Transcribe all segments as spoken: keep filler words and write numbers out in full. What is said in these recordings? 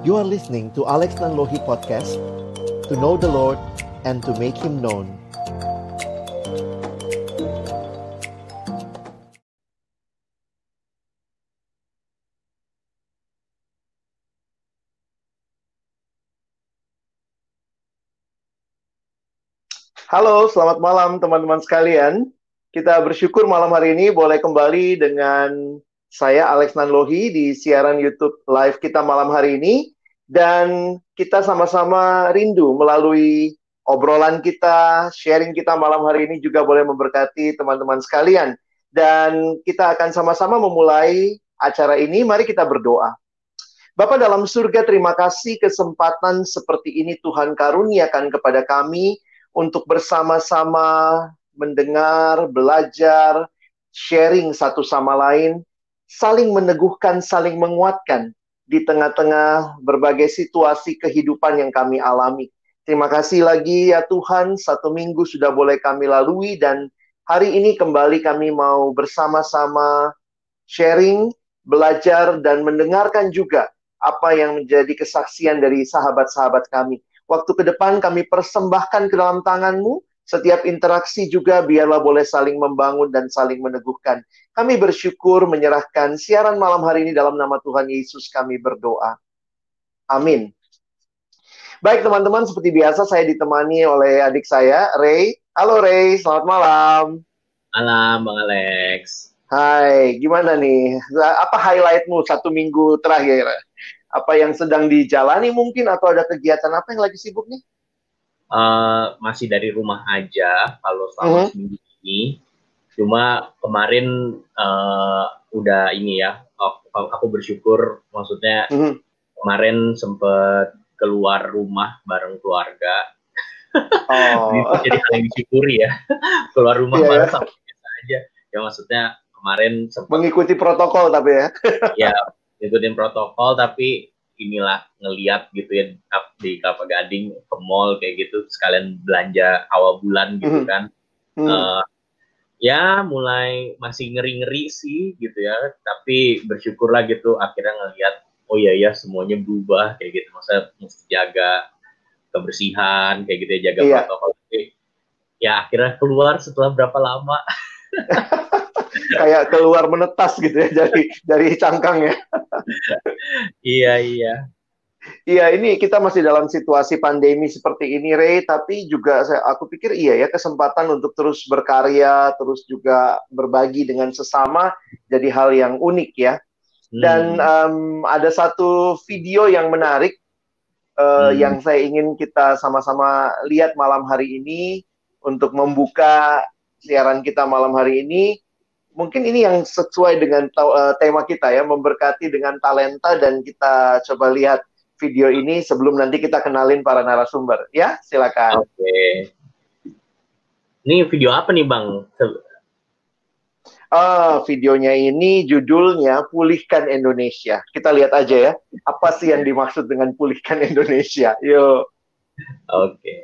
You are listening to Alex Nanlohi Podcast, to know the Lord and to make Him known. Halo, selamat malam teman-teman sekalian. Kita bersyukur malam hari ini boleh kembali dengan saya Alex Nanlohi di siaran YouTube live kita malam hari ini. Dan kita sama-sama rindu melalui obrolan kita, sharing kita malam hari ini juga boleh memberkati teman-teman sekalian. Dan kita akan sama-sama memulai acara ini, mari kita berdoa. Bapa dalam surga, terima kasih kesempatan seperti ini Tuhan karuniakan kepada kami untuk bersama-sama mendengar, belajar, sharing satu sama lain, saling meneguhkan, saling menguatkan di tengah-tengah berbagai situasi kehidupan yang kami alami. Terima kasih lagi ya Tuhan, satu minggu sudah boleh kami lalui dan hari ini kembali kami mau bersama-sama sharing, belajar, dan mendengarkan juga apa yang menjadi kesaksian dari sahabat-sahabat kami. Waktu ke depan kami persembahkan ke dalam tangan-Mu. Setiap interaksi juga biarlah boleh saling membangun dan saling meneguhkan. Kami bersyukur menyerahkan siaran malam hari ini dalam nama Tuhan Yesus kami berdoa. Amin. Baik teman-teman, seperti biasa saya ditemani oleh adik saya, Ray. Halo Ray, selamat malam. Malam Bang Alex. Hai, gimana nih? Apa highlight-mu satu minggu terakhir? Apa yang sedang dijalani mungkin atau ada kegiatan apa yang lagi sibuk nih? Uh, masih dari rumah aja kalau selama uh-huh. seminggu ini. Cuma kemarin uh, udah ini ya, aku, aku bersyukur maksudnya uh-huh. kemarin sempet keluar rumah bareng keluarga. Oh. Jadi hal yang disyukuri ya. Keluar rumah yeah, bareng sama biasa aja. Ya maksudnya kemarin sempet mengikuti protokol tapi ya. Ya. Ngikutin protokol tapi inilah ngeliat gitu ya di Kelapa Gading ke mall kayak gitu sekalian belanja awal bulan gitu kan. Mm. Uh, ya mulai masih ngeri-ngeri sih gitu ya, tapi bersyukurlah gitu akhirnya ngeliat oh iya ya semuanya berubah kayak gitu, maksudnya mesti jaga kebersihan kayak gitu ya, jaga iya. protokol. Tapi ya akhirnya keluar setelah berapa lama. Kayak keluar menetas gitu ya dari dari cangkang ya. Iya iya. Iya, ini kita masih dalam situasi pandemi seperti ini, Ray. Tapi juga saya, aku pikir iya ya kesempatan untuk terus berkarya, terus juga berbagi dengan sesama jadi hal yang unik ya. Hmm. Dan um, ada satu video yang menarik uh, hmm. yang saya ingin kita sama-sama lihat malam hari ini untuk membuka siaran kita malam hari ini. Mungkin ini yang sesuai dengan uh, tema kita ya, memberkati dengan talenta, dan kita coba lihat video ini sebelum nanti kita kenalin para narasumber. Ya, silakan. Oke. Okay. Ini video apa nih, Bang? Uh, videonya ini judulnya Pulihkan Indonesia. Kita lihat aja ya, apa sih yang dimaksud dengan Pulihkan Indonesia. Yuk. Oke. Okay.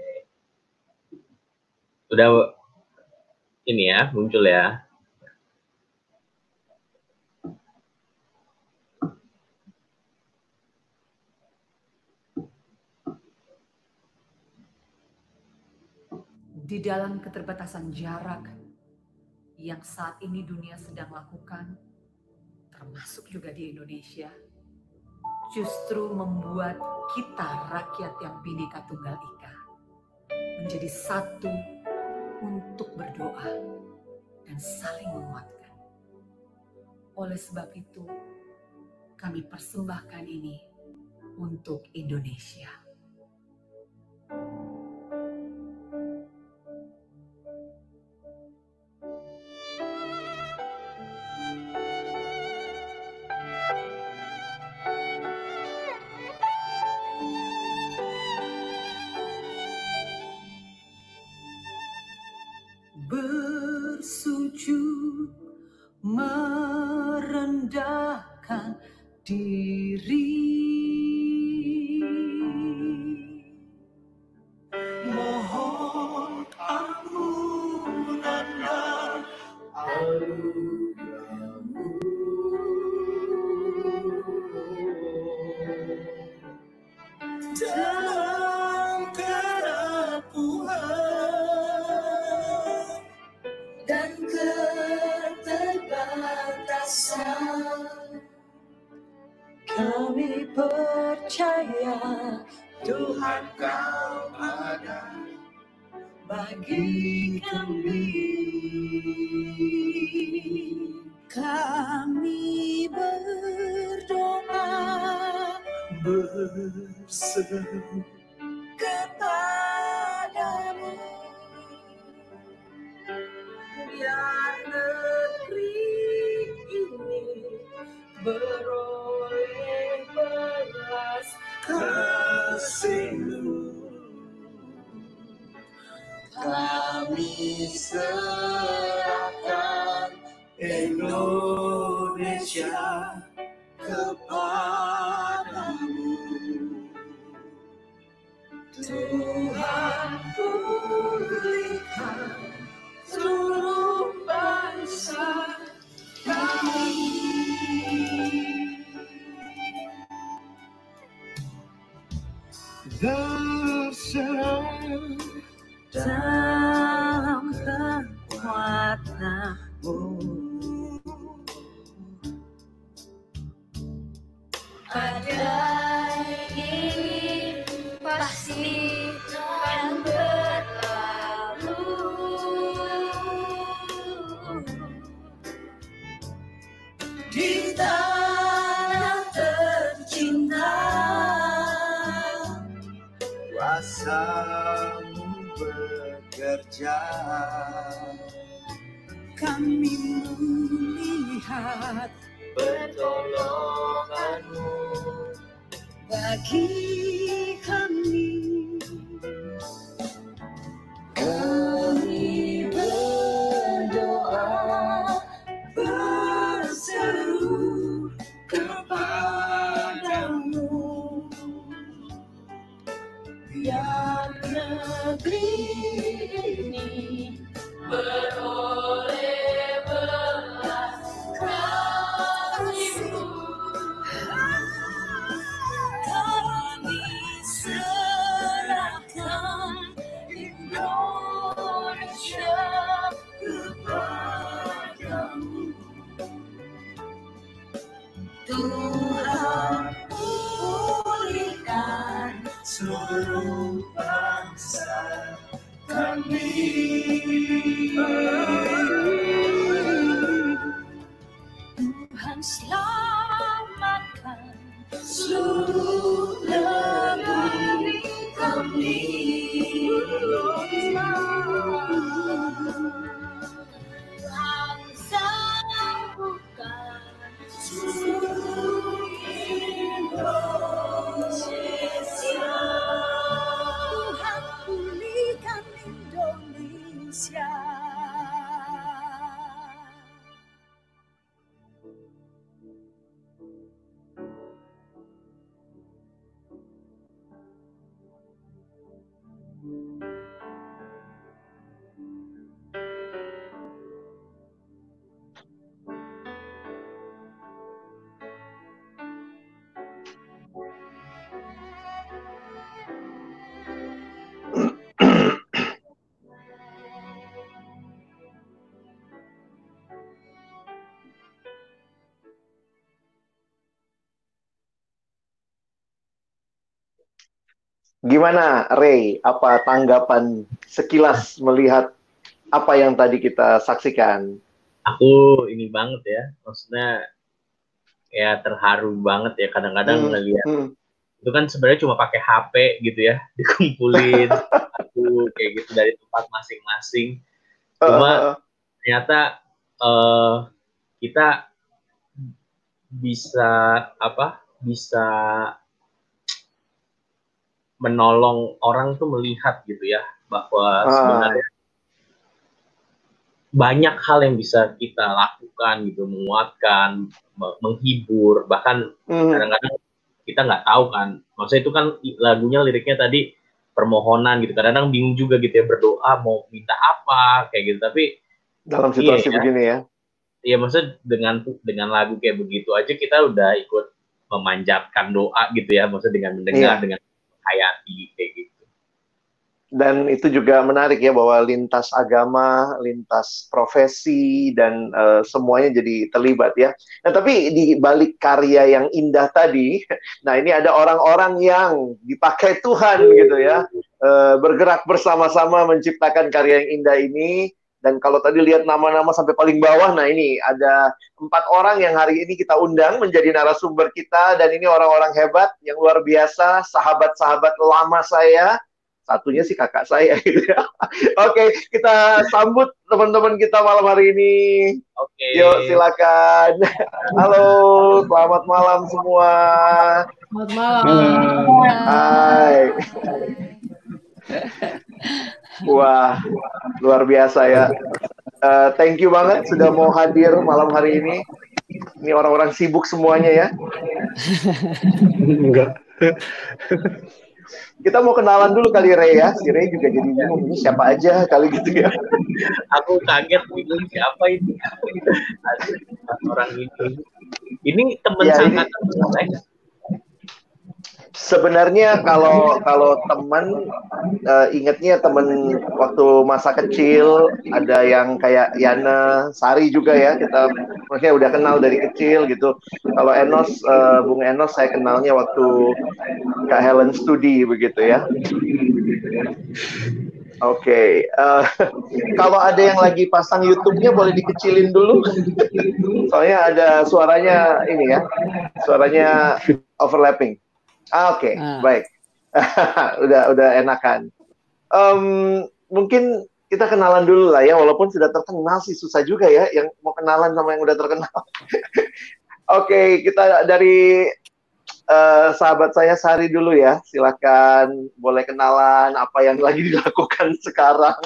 Udah ini ya, muncul ya. Di dalam keterbatasan jarak yang saat ini dunia sedang lakukan, termasuk juga di Indonesia, justru membuat kita rakyat yang Bhinneka Tunggal Ika menjadi satu untuk berdoa dan saling menguatkan. Oleh sebab itu, kami persembahkan ini untuk Indonesia. Bersujud merendahkan diri, mohon ampunan dan anugerah-Mu. percaya Tuhan kau ada bagi kami. Kami berdoa berseru kepadamu, biar negeri ini beroleh belas kasih-Mu. Kami serahkan Indonesia kepadamu. Tuhan pulihkan seluruh bangsa kami. Berserah dalam kekuatan-Mu. Badai ini pasti akan berlalu. Di tanah tercinta kuasa-Mu bekerja. Kami melihat pertolongan-Mu bagi kami. Kami berdoa berseru kepadamu, biar negeri ini beroleh belas kasih-Mu. Kami serahkan Indonesia kepadamu. Tuhan pulihkan seluruh bangsa kami. Tuhan selamatkan seluruh negeri kami. Tuhan sembuhkan seluruh Indonesia. Tuhan pulihkan Indonesia. Gimana, Ray? Apa tanggapan sekilas melihat apa yang tadi kita saksikan? Aku ini banget ya, maksudnya ya terharu banget ya kadang-kadang Hmm, ngeliat hmm. itu kan sebenarnya cuma pakai H P gitu ya, dikumpulin aku kayak gitu dari tempat masing-masing. Uh, Cuma uh, uh. ternyata eh, kita bisa apa? Bisa menolong orang tuh melihat gitu ya bahwa Ah, sebenarnya banyak hal yang bisa kita lakukan gitu, menguatkan, me- menghibur, bahkan hmm. kadang-kadang kita nggak tahu kan, maksudnya itu kan i- lagunya liriknya tadi permohonan gitu, kadang-kadang bingung juga gitu ya berdoa mau minta apa kayak gitu, tapi Dalam iya situasi ya, begini ya. iya maksudnya dengan dengan lagu kayak begitu aja kita udah ikut memanjatkan doa gitu ya, maksudnya dengan mendengar, Iya. dengan hayati kayak gitu. Dan itu juga menarik ya, bahwa lintas agama, lintas profesi, dan uh, semuanya jadi terlibat ya. Nah, tapi di balik karya yang indah tadi, nah ini ada orang-orang yang dipakai Tuhan gitu ya, uh, bergerak bersama-sama menciptakan karya yang indah ini. Dan kalau tadi lihat nama-nama sampai paling bawah, nah ini ada empat orang yang hari ini kita undang menjadi narasumber kita, dan ini orang-orang hebat yang luar biasa, sahabat-sahabat lama saya. Satunya sih kakak saya gitu ya. Oke, kita sambut teman-teman kita malam hari ini. Oke. Yuk, silakan. Halo, selamat malam semua. Selamat malam. Hai. Wah, luar biasa ya. Uh, thank you banget sudah mau hadir malam hari ini. Ini orang-orang sibuk semuanya ya. Enggak. Kita mau kenalan dulu kali Ray ya. Si Ray juga jadi bingung, ini siapa aja kali gitu ya. Aku kaget bingung siapa ini. Orang itu. Ini teman Ya, ini- sangkatan Alex. Sebenarnya kalau kalau teman uh, ingetnya teman waktu masa kecil, ada yang kayak Yana, Sari juga ya, kita maksudnya udah kenal dari kecil gitu. Kalau Enos, uh, Bung Enos saya kenalnya waktu Kak Helen studi begitu ya. Oke, uh, kalau ada yang lagi pasang YouTube-nya boleh dikecilin dulu, soalnya ada suaranya ini ya, suaranya overlapping. Ah, Oke, Ah. baik, udah udah enakan. Em, mungkin kita kenalan dulu lah ya, walaupun sudah terkenal sih susah juga ya, yang mau kenalan sama yang udah terkenal. Oke, kita dari eh, sahabat saya Sari dulu ya, silakan boleh kenalan apa yang lagi dilakukan sekarang.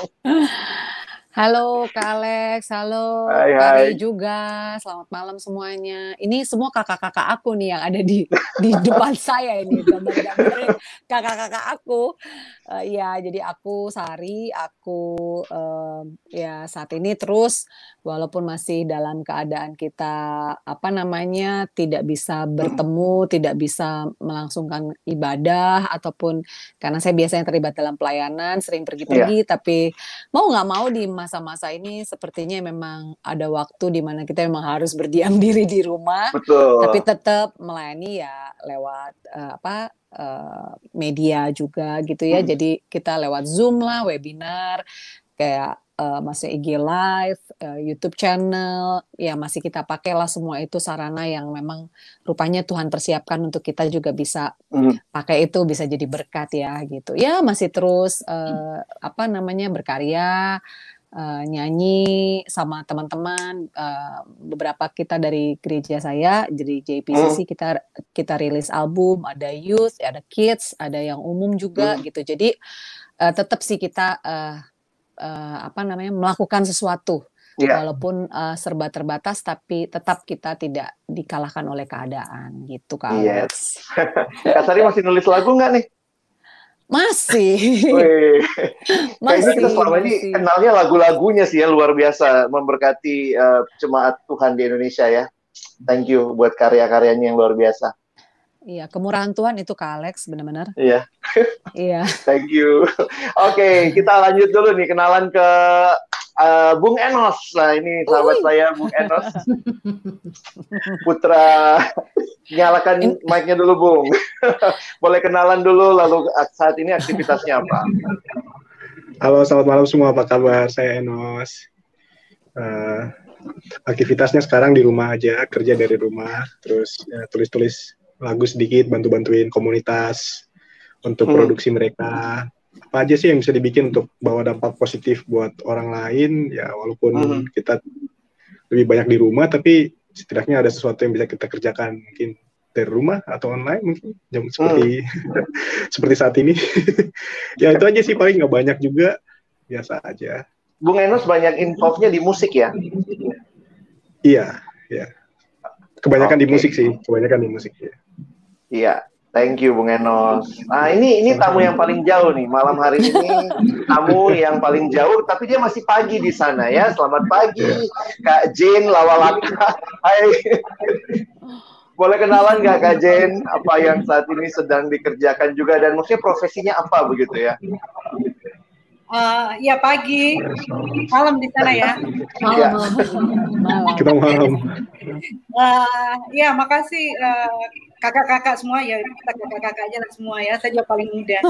Halo Kak Alex, halo Hai, Kak hai. Ray juga. Selamat malam semuanya. Ini semua kakak-kakak aku nih yang ada di di depan saya ini, gambar-gambarnya kakak-kakak aku. Eh, ya, jadi aku Sari, aku em, ya saat ini terus walaupun masih dalam keadaan kita apa namanya tidak bisa bertemu, tidak bisa melangsungkan ibadah ataupun karena saya biasanya terlibat dalam pelayanan, sering pergi-pergi, tapi mau nggak mau di masa-masa ini sepertinya memang ada waktu di mana kita memang harus berdiam diri di rumah, Betul. tapi tetap melayani ya lewat eh, apa eh, media juga gitu ya. Hmm. Jadi kita lewat Zoom lah, webinar, kayak eh, masih I G Live, eh, YouTube channel, ya masih kita pakai lah semua itu sarana yang memang rupanya Tuhan persiapkan untuk kita juga bisa Hmm. pakai itu bisa jadi berkat ya gitu. Ya masih terus eh, apa namanya berkarya, eh, nyanyi sama teman-teman. Eh, beberapa kita dari gereja saya, jadi J P C C kita kita rilis album, ada youth, ada kids, ada yang umum juga Hmm. gitu. Jadi eh, tetap sih kita eh, eh, apa namanya melakukan sesuatu. Ya. Walaupun eh, serba terbatas, tapi tetap kita tidak dikalahkan oleh keadaan gitu Kak Yes. Alex. Kak Sari masih nulis lagu nggak nih? Masih, Wih. Kayaknya masih, kita selama ini masih. kenalnya lagu-lagunya sih ya, luar biasa memberkati eh, jemaat Tuhan di Indonesia ya. Thank you buat karya-karyanya yang luar biasa. Iya, kemurahan Tuhan itu Kak Alex, benar-benar. Iya, Iya. thank you. Oke, kita lanjut dulu nih kenalan ke eh, Bung Enos. Nah, ini sahabat Uy. saya Bung Enos. Putra, nyalakan In- mic-nya dulu Bung. Boleh kenalan dulu, lalu saat ini aktivitasnya apa? Halo, selamat malam semua. Apa kabar? Saya Enos. Eh, aktivitasnya sekarang di rumah aja, kerja dari rumah, terus ya, tulis-tulis lagu sedikit, bantu-bantuin komunitas untuk Hmm. produksi mereka. Apa aja sih yang bisa dibikin untuk bawa dampak positif buat orang lain? Ya, walaupun Hmm. kita lebih banyak di rumah, tapi setidaknya ada sesuatu yang bisa kita kerjakan mungkin dari rumah atau online mungkin jam seperti seperti saat ini. Ya itu aja sih, paling nggak banyak juga, biasa aja. Bung Enos banyak involve-nya di musik ya? Iya, iya. Kebanyakan di Oke. musik sih, kebanyakan di musik ya. Iya, thank you Bung Enos. Nah ini ini tamu yang paling jauh nih malam hari ini, tamu yang paling jauh, tapi dia masih pagi di sana ya. Selamat pagi Kak Jane Lawalata. Hai. Boleh kenalan nggak Kak Jane? Apa yang saat ini sedang dikerjakan juga dan maksudnya profesinya apa begitu ya? Uh, ya pagi, malam di sana ya. Malam, Ya. malam, malam. Kita malam. Uh, ya makasih uh, kakak-kakak semua ya, kita kakak-kakak aja lah semua ya, saya juga paling muda.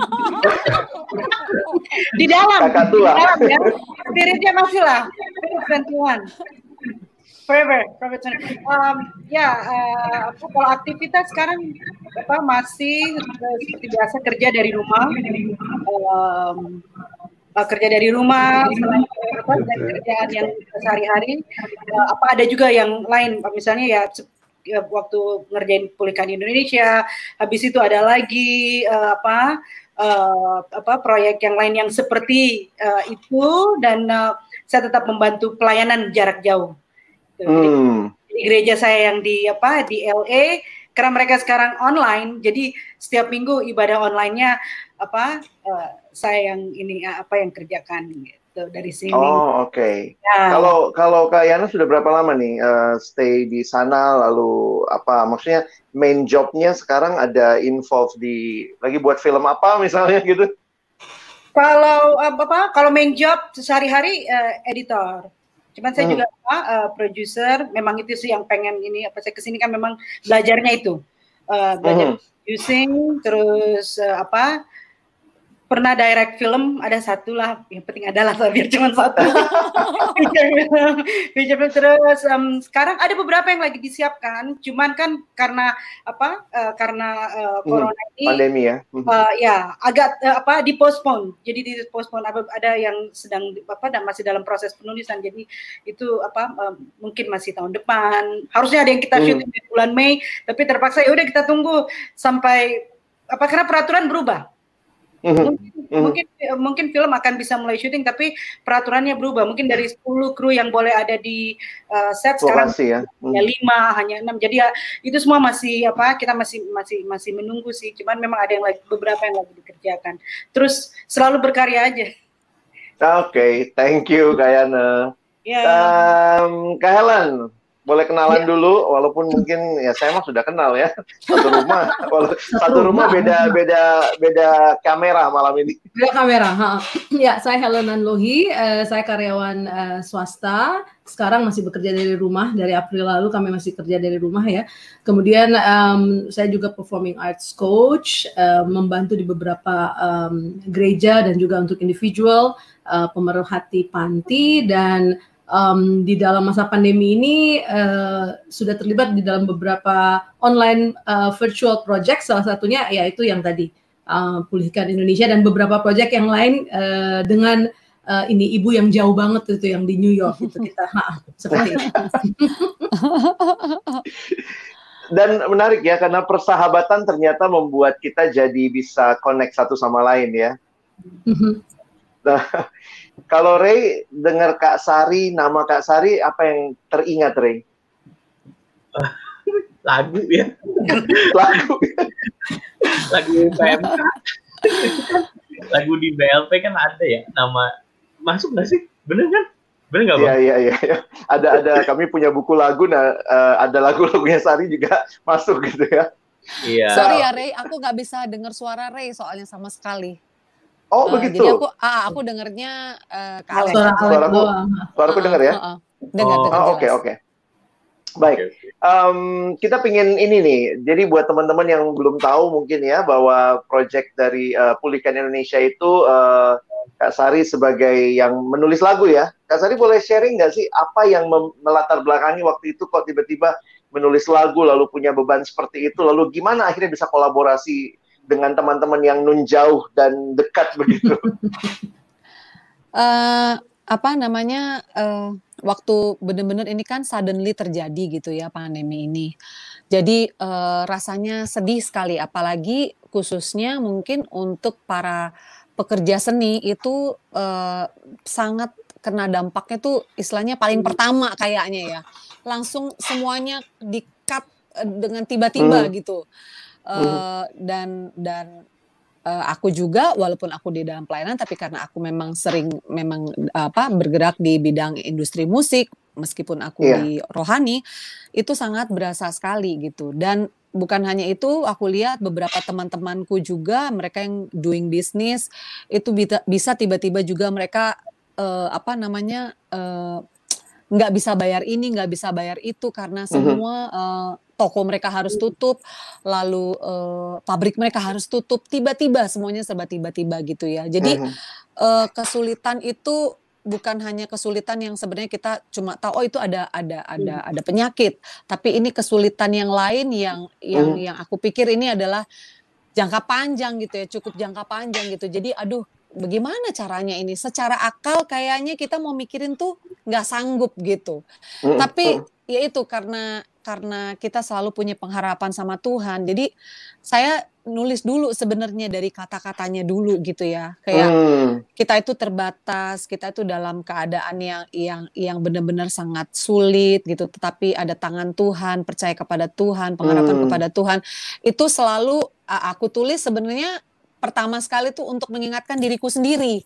Di dalam, Kakak di tua. dalam ya, spiritnya masih lah, dua puluh satu. Forever, forever. Um, ya, uh, kalau aktivitas sekarang apa masih uh, seperti biasa kerja dari rumah, um, uh, kerja dari rumah, selain apa dan kerjaan yang sehari-hari. Uh, apa ada juga yang lain, misalnya ya, ya waktu ngerjain Pulihkan Indonesia, habis itu ada lagi uh, apa uh, apa proyek yang lain yang seperti uh, itu dan uh, saya tetap membantu pelayanan jarak jauh. Hmm. Di gereja saya yang di apa di L A karena mereka sekarang online, jadi setiap minggu ibadah online-nya apa uh, saya yang ini apa yang kerjakan gitu dari sini. Oh, oke. Okay. Ya. Kalau kalau Kak Yana sudah berapa lama nih uh, stay di sana, lalu apa maksudnya main jobnya sekarang ada involve di lagi buat film apa misalnya gitu? Kalau apa, apa kalau main job sehari-hari uh, editor. Cuman saya hmm. juga apa, uh, producer, memang itu sih yang pengen ini apa saya kesini kan memang belajarnya itu uh, belajar hmm. producing, terus uh, apa pernah direct film ada satu lah, yang penting adalah biar cuma satu. Terus um, sekarang ada beberapa yang lagi disiapkan, cuman kan karena apa uh, karena uh, corona hmm. ini pandemi ya, uh, ya agak uh, apa dipospon, jadi dipospon ada, ada yang sedang apa dan masih dalam proses penulisan, jadi itu apa uh, mungkin masih tahun depan, harusnya ada yang kita syuting hmm. di bulan Mei, tapi terpaksa ya udah kita tunggu sampai apa karena peraturan berubah. Mungkin, mm-hmm. mungkin mungkin film akan bisa mulai syuting tapi peraturannya berubah, mungkin dari sepuluh kru yang boleh ada di uh, set sekarang ya. hanya lima, hanya enam, jadi ya itu semua masih apa kita masih masih masih menunggu sih, cuman memang ada yang lagi beberapa yang lagi dikerjakan, terus selalu berkarya aja. Oke, okay, thank you Kak Yana. Yeah. Um, Kak Helen, boleh kenalan ya. dulu, walaupun mungkin ya saya mah sudah kenal ya, satu rumah, satu, satu rumah beda beda beda kamera malam ini. Beda kamera, ha. Ya saya Helen Nanlohi, uh, saya karyawan uh, swasta, sekarang masih bekerja dari rumah, dari April lalu kami masih kerja dari rumah ya. Kemudian um, saya juga performing arts coach, uh, membantu di beberapa um, gereja dan juga untuk individual, uh, pemerhati panti dan Um, di dalam masa pandemi ini uh, sudah terlibat di dalam beberapa online uh, virtual project, salah satunya yaitu yang tadi uh, Pulihkan Indonesia dan beberapa project yang lain uh, dengan uh, ini ibu yang jauh banget itu yang di New York itu kita ha, seperti itu. Dan menarik ya karena persahabatan ternyata membuat kita jadi bisa connect satu sama lain ya. Nah, kalau Ray dengar Kak Sari, nama Kak Sari, apa yang teringat Ray? Lagu ya. Lagu. Lagu P M K. Lagu di B L P kan ada ya, nama masuk nggak sih? Bener kan? Bener nggak Bang? Iya, iya, iya. Ada, ada. Kami punya buku lagu, nah uh, ada lagu-lagunya Sari juga masuk gitu ya. Iya. Sorry ya Ray, aku nggak bisa dengar suara Ray soalnya sama sekali. Oh uh, begitu. Jadi aku, ah, aku dengernya uh, ke Alex. Suara suaraku, suaraku dengar ya. Uh, uh, dengar, oh, dengar oke, okay, oke. Okay. Baik, um, kita pingin ini nih. Jadi buat teman-teman yang belum tahu mungkin ya bahwa proyek dari uh, Pulihkan Indonesia itu uh, Kak Sari sebagai yang menulis lagu ya. Kak Sari boleh sharing nggak sih apa yang melatar belakangi waktu itu kok tiba-tiba menulis lagu lalu punya beban seperti itu, lalu gimana akhirnya bisa kolaborasi dengan teman-teman yang nun jauh dan dekat begitu? uh, apa namanya uh, waktu benar-benar ini kan suddenly terjadi gitu ya pandemi ini. Jadi uh, rasanya sedih sekali, apalagi khususnya mungkin untuk para pekerja seni itu uh, sangat kena dampaknya tuh istilahnya paling pertama kayaknya ya. Langsung semuanya di-cut uh, dengan tiba-tiba hmm. gitu. Uh, dan dan uh, aku juga walaupun aku di dalam pelayanan tapi karena aku memang sering memang apa bergerak di bidang industri musik meskipun aku yeah. di rohani itu sangat berasa sekali gitu dan bukan hanya itu, aku lihat beberapa teman-temanku juga mereka yang doing business itu bisa bisa tiba-tiba juga mereka uh, apa namanya uh, nggak bisa bayar ini, nggak bisa bayar itu karena semua uh, toko mereka harus tutup, lalu uh, pabrik mereka harus tutup, tiba-tiba semuanya serba tiba-tiba gitu ya. Jadi uh, kesulitan itu bukan hanya kesulitan yang sebenarnya kita cuma tahu oh itu ada ada ada ada penyakit, tapi ini kesulitan yang lain yang yang Hmm. yang aku pikir ini adalah jangka panjang gitu ya, cukup jangka panjang gitu. Jadi aduh, bagaimana caranya ini? Secara akal kayaknya kita mau mikirin tuh nggak sanggup gitu. Hmm. Tapi Hmm. ya itu karena karena kita selalu punya pengharapan sama Tuhan. Jadi saya nulis dulu sebenarnya dari kata-katanya dulu gitu ya. Kayak Hmm. kita itu terbatas, kita itu dalam keadaan yang yang yang benar-benar sangat sulit gitu. Tetapi ada tangan Tuhan, percaya kepada Tuhan, pengharapan Hmm. kepada Tuhan. Itu selalu a- aku tulis sebenarnya pertama sekali tuh untuk mengingatkan diriku sendiri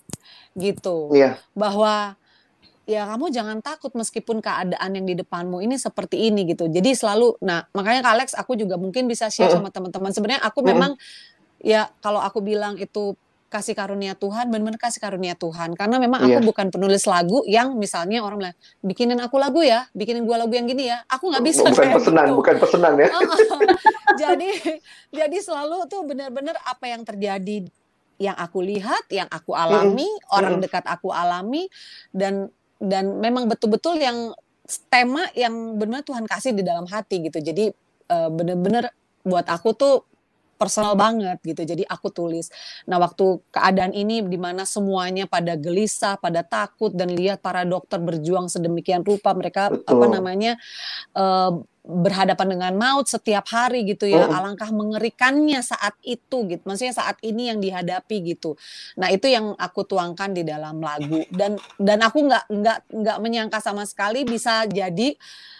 gitu. Iya. Bahwa ya kamu jangan takut meskipun keadaan yang di depanmu ini seperti ini gitu. Jadi selalu, nah makanya Kak Alex aku juga mungkin bisa share Hmm. sama teman-teman. Sebenarnya aku Hmm. memang ya kalau aku bilang itu kasih karunia Tuhan, benar-benar kasih karunia Tuhan. Karena memang aku Iya. bukan penulis lagu yang misalnya orang bilang, bikinin aku lagu ya, bikinin gua lagu yang gini ya. Aku nggak bisa Bukan kayak pesanan, gitu. bukan pesanan ya. Heeh. Jadi jadi selalu tuh benar-benar apa yang terjadi, yang aku lihat, yang aku Hmm. alami, orang Hmm. dekat aku alami, dan dan memang betul-betul yang tema yang benar Tuhan kasih di dalam hati gitu. Jadi eh, benar-benar buat aku tuh personal banget gitu. Jadi aku tulis. Nah, waktu keadaan ini di mana semuanya pada gelisah, pada takut dan lihat para dokter berjuang sedemikian rupa, mereka apa Betul. namanya eh, berhadapan dengan maut setiap hari gitu ya. Hmm. Alangkah mengerikannya saat itu gitu. Maksudnya saat ini yang dihadapi gitu. Nah, itu yang aku tuangkan di dalam lagu dan dan aku nggak nggak nggak menyangka sama sekali bisa jadi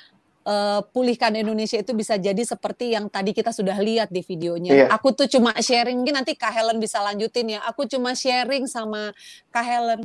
eh, pulihkan Indonesia itu bisa jadi seperti yang tadi kita sudah lihat di videonya. Iya. Aku tuh cuma sharing, mungkin nanti Kak Helen bisa lanjutin ya. Aku cuma sharing sama Kak Helen.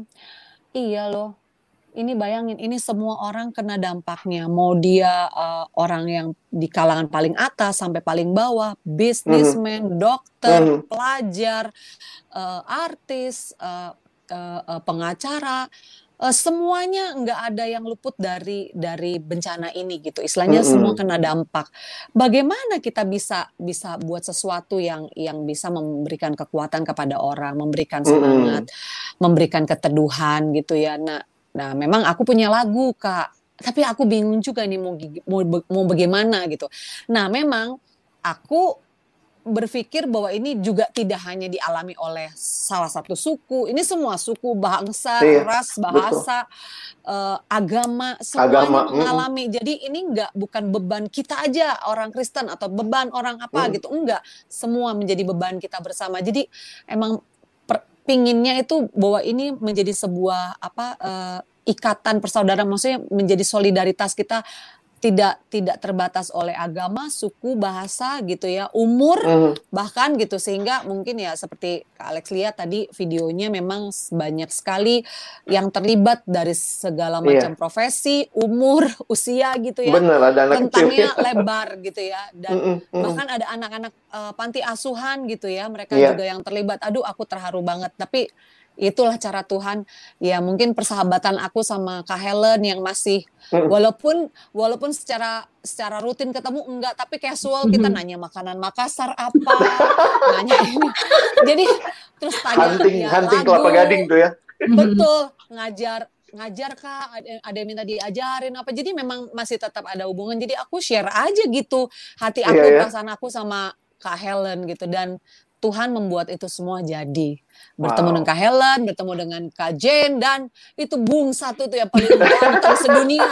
Iya loh. Ini bayangin, ini semua orang kena dampaknya. Mau dia uh, orang yang di kalangan paling atas sampai paling bawah, Hmm. bisnismen, dokter, Hmm. pelajar, uh, artis, uh, uh, uh, pengacara, uh, semuanya nggak ada yang luput dari dari bencana ini gitu. Istilahnya semua Hmm. kena dampak. Bagaimana kita bisa bisa buat sesuatu yang yang bisa memberikan kekuatan kepada orang, memberikan semangat, Hmm. memberikan keteduhan gitu ya. Nah, nah memang aku punya lagu Kak, tapi aku bingung juga nih mau gi- mau be- mau bagaimana gitu. Nah memang aku berpikir bahwa ini juga tidak hanya dialami oleh salah satu suku, ini semua suku, bangsa, Iya. ras, Betul. bahasa, eh, agama, Agama. semuanya Hmm. mengalami. Jadi ini enggak bukan beban kita aja orang Kristen atau beban orang apa Hmm. gitu, enggak. Semua menjadi beban kita bersama. Jadi emang per- pinginnya itu bahwa ini menjadi sebuah apa eh, ikatan persaudaraan, maksudnya menjadi solidaritas kita tidak tidak terbatas oleh agama, suku, bahasa gitu ya, umur Hmm. bahkan gitu, sehingga mungkin ya seperti Kak Alex lihat tadi videonya memang banyak sekali yang terlibat dari segala macam Iya. profesi, umur, usia gitu ya, Bener, ada anak kecil. rentangnya lebar gitu ya, dan Hmm. Hmm. bahkan ada anak-anak eh, panti asuhan gitu ya, mereka Iya. juga yang terlibat. Aduh, aku terharu banget. Tapi itulah cara Tuhan. Ya mungkin persahabatan aku sama Kak Helen yang masih Hmm. walaupun walaupun secara secara rutin ketemu enggak, tapi casual kita nanya makanan Makassar apa, nanya ini. Jadi terus tanya Hunting, ya hunting kelapa gading lagu. tuh ya. Betul, ngajar ngajar Kak, ada, ada yang minta diajarin apa. Jadi memang masih tetap ada hubungan. Jadi aku share aja gitu hati Iya aku, ya. perasaan aku sama Kak Helen gitu, dan Tuhan membuat itu semua jadi. Bertemu dengan Wow. Kak Helen, bertemu dengan Kak Jen, dan itu Bung satu tuh yang paling ganteng sedunia.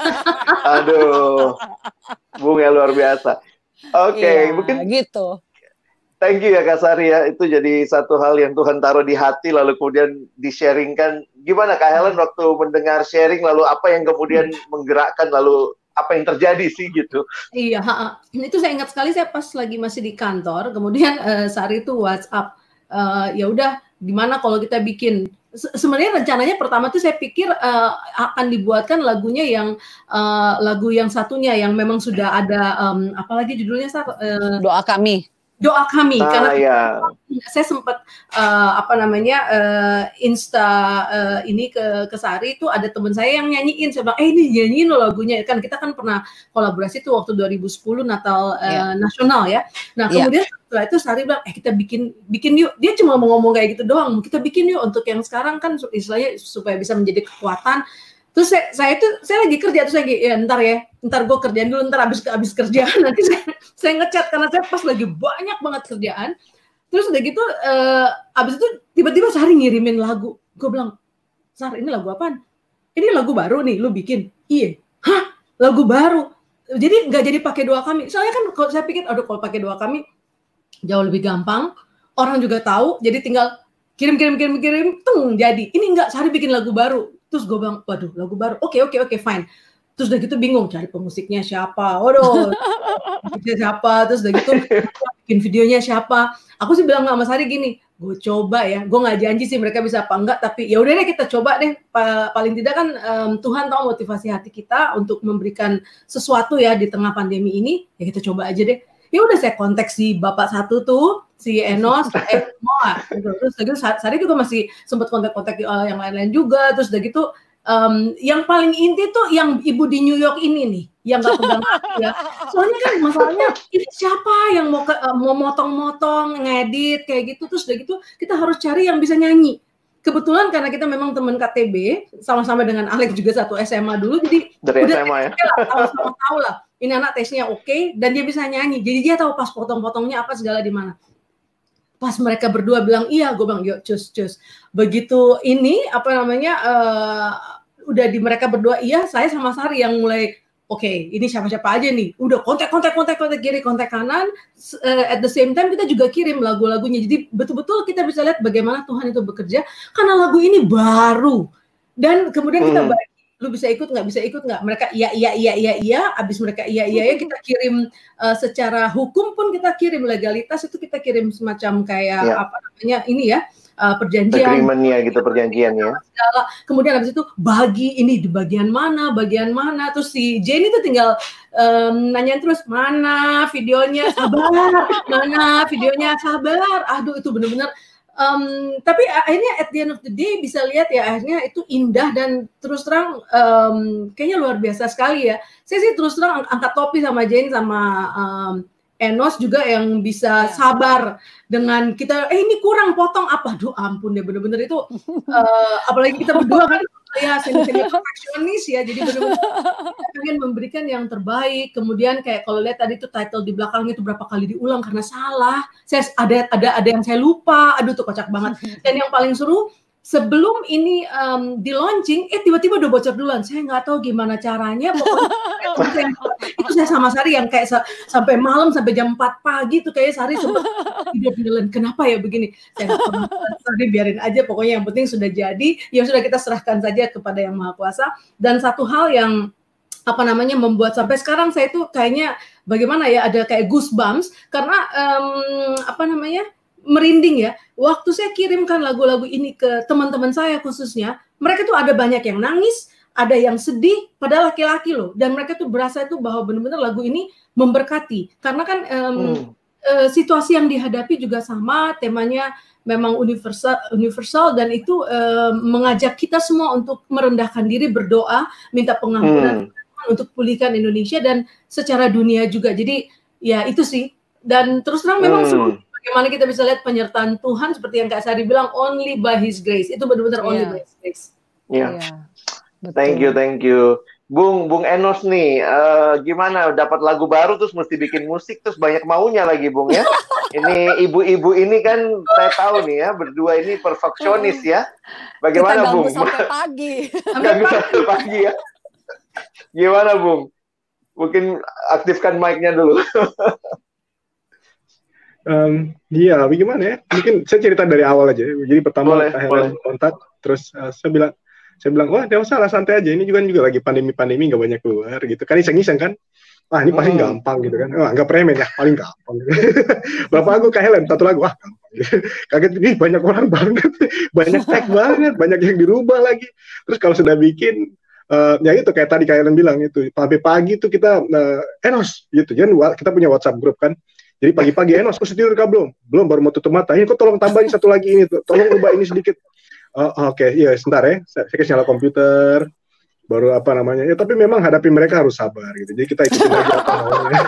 Aduh, Bung ya luar biasa. Oke, Iya, mungkin gitu. thank you ya Kak Sari ya. Itu jadi satu hal yang Tuhan taruh di hati lalu kemudian di-sharingkan. Gimana Kak Helen waktu mendengar sharing, lalu apa yang kemudian menggerakkan, lalu apa yang terjadi sih gitu? Iya, ha-ha. Itu saya ingat sekali, saya pas lagi masih di kantor, kemudian eh, Sari itu WhatsApp, eh, ya udah gimana kalau kita bikin se- sebenarnya rencananya pertama tuh saya pikir uh, akan dibuatkan lagunya yang uh, lagu yang satunya yang memang sudah ada um, apalagi judulnya Sar? Uh, Doa kami. Doa Kami, Nah, karena ya. saya sempat uh, apa namanya uh, insta uh, ini ke ke Sari itu ada teman saya yang nyanyiin, saya bilang eh ini nyanyiin loh lagunya, kan kita kan pernah kolaborasi tuh waktu dua ribu sepuluh Natal uh, Iya. nasional ya. Nah Iya. kemudian setelah itu Sari bilang eh kita bikin bikin yuk, dia cuma mau ngomong kayak gitu doang, kita bikin yuk untuk yang sekarang kan istilahnya supaya bisa menjadi kekuatan. Terus saya, saya itu saya lagi kerja terus lagi ya ntar ya ntar gue kerjaan dulu ntar abis abis kerjaan nanti saya, saya ngechat karena saya pas lagi banyak banget kerjaan. Terus udah gitu uh, abis itu tiba-tiba Sari ngirimin lagu, gue bilang Sar ini lagu apaan? Ini lagu baru nih lu bikin? Iya. Hah, lagu baru? Jadi nggak jadi pakai Doa Kami, soalnya kan kalau saya pikir aduh kalau pakai Doa Kami jauh lebih gampang, orang juga tahu, jadi tinggal kirim kirim kirim kirim tung jadi. Ini enggak, Sari bikin lagu baru. Terus gue bilang, waduh lagu baru, oke oke oke fine. Terus udah gitu bingung cari pemusiknya siapa, waduh pemusiknya siapa, terus udah gitu bikin videonya siapa. Aku sih bilang sama Sari gini, gue coba ya, gue nggak janji sih mereka bisa apa enggak, tapi ya udah deh kita coba deh. Pa- paling tidak kan um, Tuhan tahu motivasi hati kita untuk memberikan sesuatu ya di tengah pandemi ini, ya kita coba aja deh. Ya udah saya kontak si bapak satu tuh, si Enos, eh semua. Terus udah gitu Sari juga masih sempat kontak-kontak uh, yang lain-lain juga. Terus udah gitu um, yang paling inti tuh yang ibu di New York ini nih, yang nggak pegang hati ya. Soalnya kan masalahnya ini siapa yang mau ke, uh, mau motong-motong, ngedit kayak gitu. Terus udah gitu kita harus cari yang bisa nyanyi. Kebetulan karena kita memang teman K T B, sama-sama dengan Alex juga satu S M A dulu, jadi Dari udah S M A ya. tahu-tahu tahu lah. Ini anak tesnya oke okay, dan dia bisa nyanyi. Jadi dia tahu pas potong-potongnya apa segala di mana. Pas mereka berdua bilang iya, gue bilang yuk cus cus. Begitu ini apa namanya uh, udah di mereka berdua iya, saya sama Sari yang mulai oke, okay, ini siapa-siapa aja nih. Udah kontak kontak kontak kontak kiri, kontak kanan. Uh, at the same time kita juga kirim lagu-lagunya. Jadi betul-betul kita bisa lihat bagaimana Tuhan itu bekerja karena lagu ini baru. Dan kemudian kita Hmm. bagi, lu bisa ikut nggak, bisa ikut nggak, mereka iya iya iya iya iya, abis mereka iya iya ya kita kirim uh, secara hukum pun kita kirim, legalitas itu kita kirim semacam kayak Ya. apa namanya ini ya uh, perjanjian Agreement-nya gitu, perjanjian ya. segala. Kemudian habis itu bagi ini di bagian mana, bagian mana, terus si Jane itu tinggal um, nanyain terus mana videonya, sabar, mana videonya, sabar. Aduh itu benar-benar. Um, tapi akhirnya at the end of the day bisa lihat ya akhirnya itu indah dan terus terang um, kayaknya luar biasa sekali ya. Saya sih terus terang ang- angkat topi sama Jane sama um, Enos juga yang bisa Ya. sabar dengan kita. Eh ini kurang potong apa? Duh ampun deh bener-bener itu. uh, apalagi kita berdua kan ya seni-seni perfeksionis ya. Jadi bener-bener kita pengen memberikan yang terbaik. Kemudian kayak kalau lihat tadi tuh title di belakangnya itu berapa kali diulang karena salah. Saya ada ada ada yang saya lupa. Aduh tuh kocak banget. Dan yang paling seru sebelum ini um, di launching, eh tiba-tiba udah bocor duluan. Saya nggak tahu gimana caranya. Pokoknya itu saya sama Sari yang kayak sa- sampai malam sampai jam empat pagi tuh kayak Sari sempat tidur duluan. Kenapa ya begini? Saya nggak tahu. Sari biarin aja. Pokoknya yang penting sudah jadi. Ya sudah kita serahkan saja kepada Yang Maha Kuasa. Dan satu hal yang apa namanya membuat sampai sekarang saya tuh kayaknya bagaimana ya ada kayak goosebumps karena um, apa namanya merinding ya. Waktu saya kirimkan lagu-lagu ini ke teman-teman saya khususnya, mereka tuh ada banyak yang nangis, ada yang sedih, padahal laki-laki loh. Dan mereka tuh berasa itu bahwa benar-benar lagu ini memberkati. Karena kan um, Hmm. uh, situasi yang dihadapi juga sama, temanya memang universal, universal dan itu uh, mengajak kita semua untuk merendahkan diri, berdoa, minta pengampunan Hmm. untuk pulihkan Indonesia dan secara dunia juga. Jadi ya itu sih. Dan terus terang memang Hmm. seru. Bagaimana kita bisa lihat penyertaan Tuhan seperti yang Kak Sari bilang only by His grace. Itu benar-benar only Iya. by His grace. Ya. Iya, betul. Thank you, thank you. Bung, Bung Enos nih, eh, gimana dapat lagu baru terus mesti bikin musik terus banyak maunya lagi, Bung ya. Ini ibu-ibu ini kan saya tahu nih ya, berdua ini perfeksionis ya. Kita Bagaimana, ganggu Bung? sampai pagi. Ganggu sampai pagi ya. Gimana, Bung? Mungkin aktifkan mic-nya dulu. Um, iya, tapi gimana ya? Mungkin saya cerita dari awal aja. Jadi pertama Boleh, Kak boleh. Helen kontak, terus uh, saya bilang, saya bilang, wah, tidak usah lah, santai aja. Ini juga juga lagi pandemi-pandemi, nggak banyak keluar gitu. Kan iseng-iseng kan? Wah, ini pasti Hmm. gampang gitu kan? Wah, nggak premen ya, paling gampang. Gitu. Berapa lagu Kak Helen? Satu lagu, wah gampang. Kaget, ih banyak orang banget, banyak tag banget, banyak yang dirubah lagi. Terus kalau sudah bikin, uh, ya itu kayak tadi kalian bilang itu, sampai pagi tuh kita, uh, Enos gitu, kan kita punya WhatsApp grup kan. Jadi pagi-pagi, Enos, kok tidur kah belum? Belum, baru mau tutup mata. Ini kok tolong tambahin satu lagi ini, tuh. Tolong ubah ini sedikit. Oh, Oke, okay. Iya sebentar ya, saya, saya nyala komputer, baru apa namanya. Ya tapi memang hadapi mereka harus sabar gitu. Jadi kita ikutin aja apa maunya.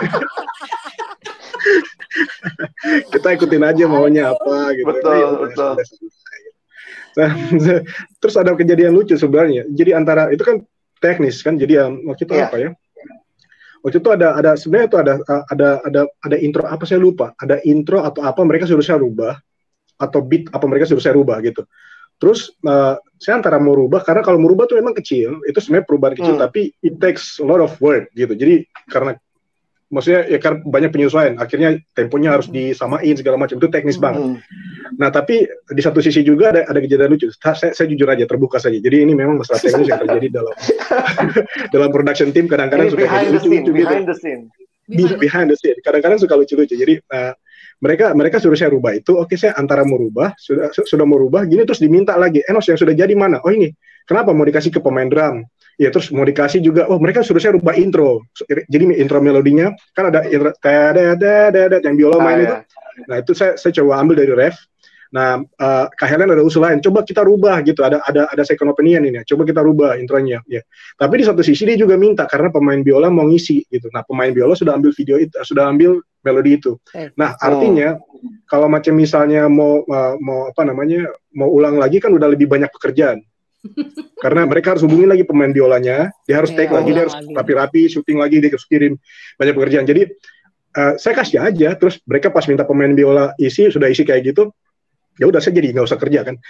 Kita ikutin aja maunya apa gitu. Betul, ya, betul. Sudah, sudah, gitu. Nah, terus ada kejadian lucu sebenarnya. Jadi antara itu kan teknis kan. Jadi um, waktu itu Iya. apa ya? Waktu itu ada ada sebenarnya itu ada ada ada ada intro apa saya lupa. Ada intro atau apa mereka suruh saya rubah atau beat apa mereka suruh saya rubah gitu. Terus uh, saya antara mau rubah karena kalau merubah tuh memang kecil, itu sebenarnya perubahan kecil Hmm. tapi it takes a lot of work gitu. Jadi karena maksudnya ya kan banyak penyesuaian, akhirnya temponya harus disamain segala macam, itu teknis banget. Hmm. Nah tapi di satu sisi juga ada ada kejadian lucu. Saya, saya jujur aja terbuka saja. Jadi ini memang masalah teknis yang terjadi dalam dalam production team kadang-kadang Ini suka behind the lucu-lucu scene, gitu. behind the scene. Be- behind the scene. Kadang-kadang suka lucu-lucu. Jadi uh, mereka mereka suruh saya rubah itu. Oke, saya antara mau rubah, sudah su- sudah mau rubah, gini terus diminta lagi. Enos yang sudah jadi mana? Oh ini. Kenapa mau dikasih ke pemain drum? Ya terus mau dikasih juga. Oh mereka suruh saya rubah intro. So, jadi intro melodinya kan ada intro, ada ada ada yang biola Ah, main ya. itu. Nah itu saya saya coba ambil dari ref. Nah, uh, Kak Helen ada usul lain. Coba kita rubah gitu. Ada ada ada second opinion ini. Coba kita rubah intronya. Ya. Tapi di satu sisi dia juga minta karena pemain biola mau ngisi gitu. Nah, pemain biola sudah ambil video itu, sudah ambil melodi itu. Nah, artinya kalau macam misalnya mau uh, mau apa namanya mau ulang lagi kan udah lebih banyak pekerjaan. Karena mereka harus hubungin lagi pemain biolanya, dia harus take Iya, lagi, dia ulang harus lagi. rapi-rapi, syuting lagi, dia harus kirim banyak pekerjaan. Jadi uh, saya kasih aja, terus mereka pas minta pemain biola isi, sudah isi kayak gitu, ya udah saya jadi nggak usah kerja kan.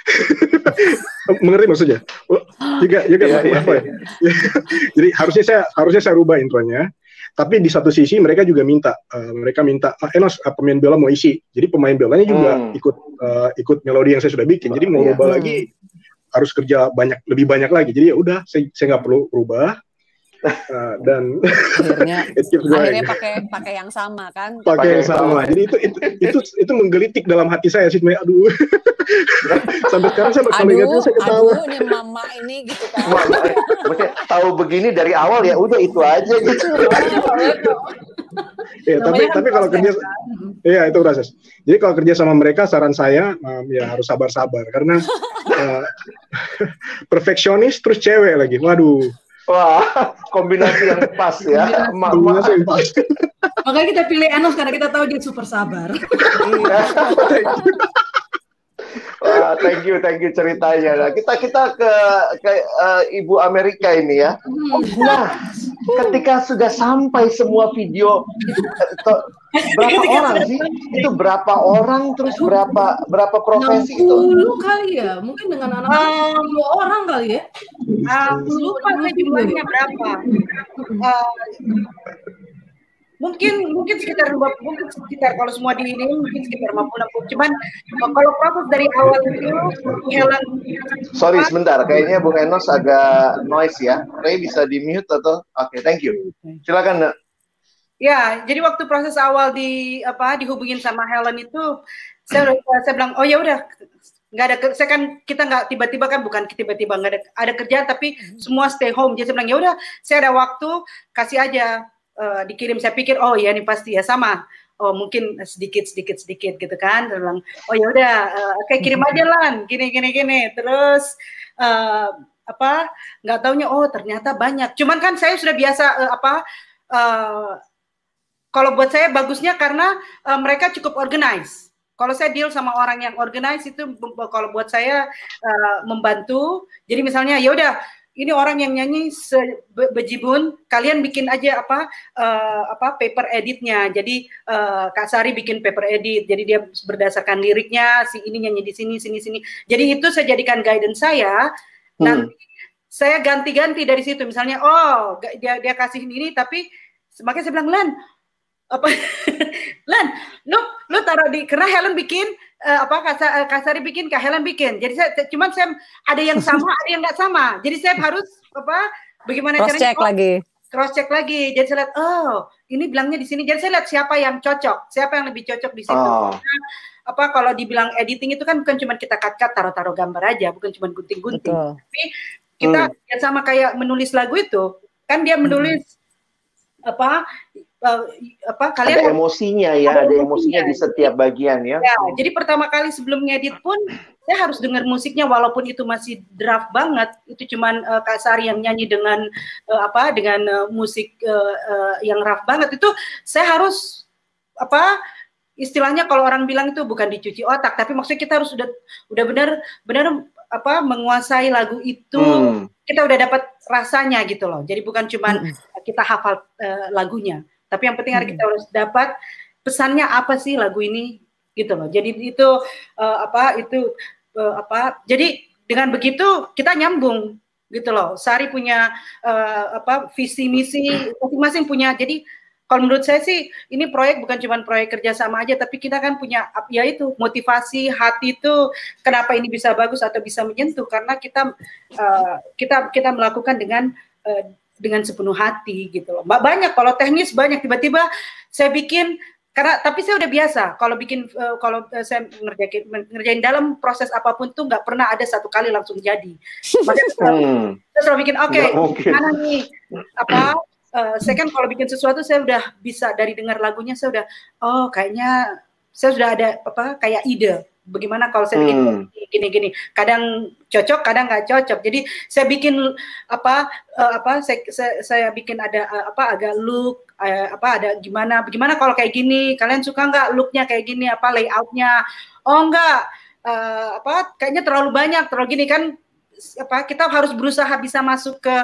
Mengerti maksudnya? Oh, juga juga Iya, iya, apa ya? Jadi harusnya saya harusnya saya rubah intronya. Tapi di satu sisi mereka juga minta, uh, mereka minta, ah, Enos uh, pemain biola mau isi. Jadi pemain biolanya juga Hmm. ikut uh, ikut melodi yang saya sudah bikin. Jadi mau Iya. rubah Hmm. lagi harus kerja banyak, lebih banyak lagi. Jadi ya udah, saya saya nggak perlu rubah. Uh, dan Akhirnya it keeps going. akhirnya pakai pakai yang sama kan. Pakai yang Pakai yang sama. sama. Jadi itu itu itu, itu menggelitik dalam hati saya sih. sebenarnya. Aduh. Sampai sekarang saya kalau ingat itu Aduh, saya ketawa. aduh, ini mama ini gitu kan. Wah, eh, maksudnya tahu begini dari awal ya udah itu aja gitu. Ya, tapi Namanya kan tapi kalau proses, kerja, iya itu proses. Jadi kalau kerja sama mereka, saran saya um, ya harus sabar-sabar karena uh, perfeksionis terus cewek lagi. Waduh, Wah, kombinasi yang pas ya. Mama. kombinasi yang pas. Makanya kita pilih Enos karena kita tahu dia super sabar. Wah, thank you, thank you ceritanya. Nah, kita kita ke ke uh, Ibu Amerika ini ya. Nah, ketika sudah sampai semua video, eh, to- berapa Ketika orang sudah sih? Itu berapa orang? Terus berapa berapa profesi itu? enam puluh kali ya, mungkin dengan anak-anak Um, dua orang kali ya. Ah, lupa saya jumlahnya berapa. Ah, mungkin mungkin sekitar dua mungkin sekitar kalau semua di ini mungkin sekitar lima puluh enam puluh. Cuman eh, kalau proses dari awal itu Helen Sorry sebentar, kayaknya Bung Enos agak noise ya. Ray bisa di mute atau? Oke, thank you. Silakan, Nak. ya, jadi waktu proses awal di apa dihubungin sama Helen itu saya saya bilang oh ya udah nggak ada ke- saya kan kita nggak tiba-tiba kan bukan tiba-tiba nggak ada ada kerjaan tapi semua stay home jadi saya bilang ya udah saya ada waktu kasih aja eh, dikirim saya pikir oh ya ini pasti ya sama oh mungkin sedikit sedikit sedikit gitu kan saya bilang oh ya udah eh, oke kirim aja Lan gini gini gini terus eh, apa nggak taunya oh ternyata banyak cuman kan saya sudah biasa eh, apa eh, kalau buat saya bagusnya karena eh, mereka cukup organize. Kalau saya deal sama orang yang organize itu b- kalau buat saya uh, membantu. Jadi misalnya ya udah ini orang yang nyanyi se- be- bejibun, kalian bikin aja apa uh, apa paper editnya. Jadi uh, Kak Sari bikin paper edit. Jadi dia berdasarkan liriknya si ini nyanyi di sini sini sini. Jadi itu saya jadikan guidance saya. Nanti saya ganti-ganti dari situ. Misalnya oh ga- dia dia kasih ini tapi makanya saya bilang Lan apa Lan, lu lu taruh di karena Helen bikin uh, apa Kak Kak Sari bikin Kak Helen bikin. Jadi saya cuman saya ada yang sama, ada yang nggak sama. Jadi saya harus apa bagaimana Cross caranya check oh, lagi. cross check lagi. Jadi saya lihat oh, ini bilangnya di sini. Jadi saya lihat siapa yang cocok, siapa yang lebih cocok di situ. Oh. Karena, apa kalau dibilang editing itu kan bukan cuma kita cut-cut taruh-taruh gambar aja, bukan cuma gunting-gunting. Betul. Tapi kita Hmm. ya sama kayak menulis lagu itu, kan dia menulis apa uh, apa kalian Ada emosinya ya, ada ada emosinya. emosinya di setiap bagian ya. Ya, jadi pertama kali sebelum ngedit pun saya harus dengar musiknya walaupun itu masih draft banget, itu cuman uh, Kak Sari yang nyanyi dengan uh, apa dengan uh, musik uh, uh, yang rough banget, itu saya harus apa istilahnya kalau orang bilang itu bukan dicuci otak, tapi maksudnya kita harus udah udah benar benar apa menguasai lagu itu. Hmm. Kita udah dapat rasanya gitu loh. Jadi bukan cuman kita hafal uh, lagunya, tapi yang penting hari kita harus dapat pesannya apa sih lagu ini gitu loh. Jadi itu uh, apa itu uh, apa jadi dengan begitu kita nyambung gitu loh. Sari punya uh, apa visi misi masing-masing punya. Jadi kalau menurut saya sih ini proyek bukan cuma proyek kerjasama aja, tapi kita kan punya ya itu motivasi hati itu kenapa ini bisa bagus atau bisa menyentuh karena kita uh, kita kita melakukan dengan uh, dengan sepenuh hati gitu loh. Banyak kalau teknis banyak tiba-tiba saya bikin karena tapi saya udah biasa kalau bikin uh, kalau uh, saya ngerjain ngerjain dalam proses apapun tuh nggak pernah ada satu kali langsung jadi. Makanya hmm. saya selalu bikin oke okay, mana nih apa Uh, saya kan kalau bikin sesuatu saya udah bisa dari dengar lagunya saya udah oh kayaknya saya sudah ada apa kayak ide bagaimana kalau saya bikin hmm. gini-gini kadang cocok kadang nggak cocok jadi saya bikin apa uh, apa saya, saya saya bikin ada uh, apa agak look uh, apa ada gimana bagaimana kalau kayak gini kalian suka nggak looknya kayak gini apa layoutnya oh enggak uh, apa kayaknya terlalu banyak terlalu gini kan apa kita harus berusaha bisa masuk ke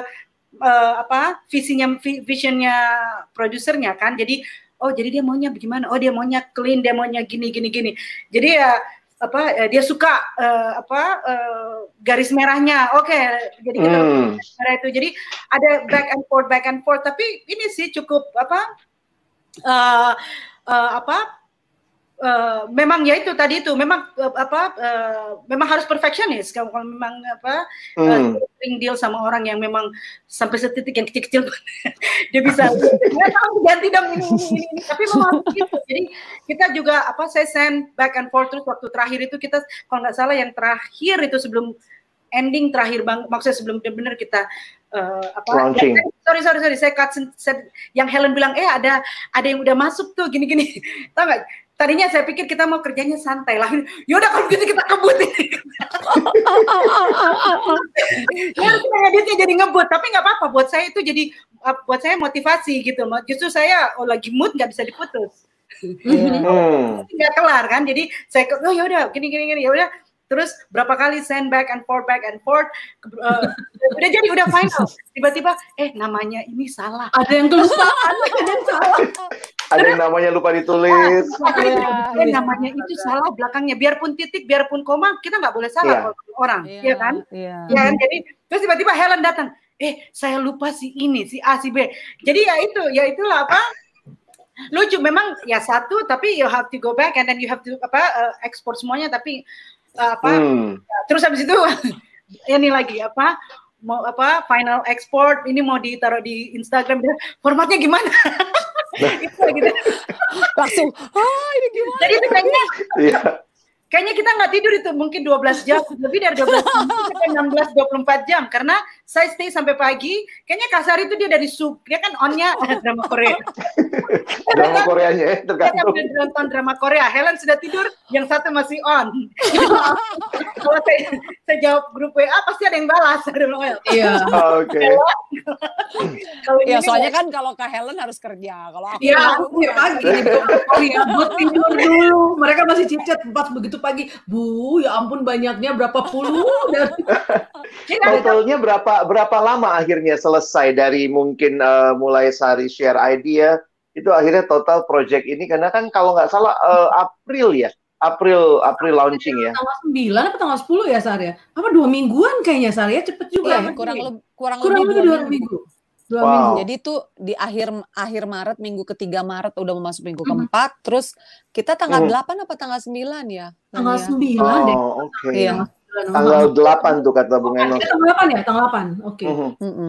Uh, apa visinya visionnya produsernya kan jadi oh jadi dia maunya bagaimana oh dia maunya clean dia maunya gini gini gini jadi ya apa uh, dia suka uh, apa uh, garis merahnya oke okay, jadi kita hmm. merah itu jadi ada back and forth back and forth tapi ini sih cukup apa uh, uh, apa Uh, memang ya itu tadi itu memang uh, apa uh, memang harus perfeksionis kalau, kalau memang apa hmm. uh, sering deal sama orang yang memang sampai setitik yang kecil-kecil dia bisa ganti dong ini, ini ini ini tapi memang gitu jadi kita juga apa saya send back and forth terus waktu terakhir itu kita kalau nggak salah yang terakhir itu sebelum ending terakhir bang maksudnya sebelum benar-benar kita uh, apa ya, sorry sorry sorry saya cut saya, yang Helen bilang eh ada ada yang udah masuk tuh gini-gini tau nggak tadinya saya pikir kita mau kerjanya santai lah. Yaudah kalau gitu kita kebut. Ya kita ngeditnya jadi ngebut, tapi nggak apa-apa. Buat saya itu jadi buat saya motivasi gitu. Justru saya oh lagi mood nggak bisa diputus. Hmm. Nggak kelar kan. Jadi saya oh yaudah gini gini gini yaudah. Terus berapa kali send back and forth back and forth uh, udah jadi udah final tiba-tiba eh namanya ini salah ada yang tulis salah ada yang salah ada yang namanya lupa ditulis nah, ya, eh, namanya itu salah belakangnya biarpun titik biarpun koma kita nggak boleh salah yeah. orang yeah, ya kan yeah. ya kan jadi terus tiba-tiba Helen datang eh saya lupa si ini si A si B jadi ya itu ya itulah apa lucu memang ya satu tapi you have to go back and then you have to apa uh, ekspor semuanya tapi Uh, apa hmm. terus habis itu ini lagi apa mau apa final export ini mau ditaruh di Instagram formatnya gimana itu gitu langsung ah ini gimana jadi itu kayaknya yeah. kayaknya kita nggak tidur itu mungkin dua belas jam lebih dari dua belas jam sampai enam belas dua puluh empat jam karena saya stay sampai pagi kayaknya Kasar itu dia dari sub dia kan onnya drama Korea drama Koreanya ya tergantung dia nonton drama Korea Helen sudah tidur yang satu masih on kalau saya, saya jawab grup W A pasti ada yang balas iya oke ya soalnya kan kalau Kak Helen harus kerja kalau aku ya aku ya pagi ya buat tidur dulu mereka masih cicet pas begitu pagi bu ya ampun banyaknya berapa puluh dan totalnya berapa berapa lama akhirnya selesai dari mungkin uh, mulai Sari share idea itu akhirnya total project ini karena kan kalau nggak salah uh, April ya April April launching ya tanggal sembilan atau tanggal sepuluh ya Sari ya apa dua mingguan kayaknya Sari ya cepet juga ya, ya kurang lebih kurang, kurang lebih dua dua minggu, minggu. Dua wow. minggu. Jadi itu di akhir akhir Maret minggu ketiga Maret udah mau masuk minggu mm-hmm. keempat terus kita tanggal mm. delapan apa tanggal sembilan ya tanggal sembilan oh, deh oke okay. iya. Tanggal delapan tuh kata Bung Enos. Tanggal delapan ya, tanggal delapan. Oke. Okay. Mm-hmm. Mm-hmm.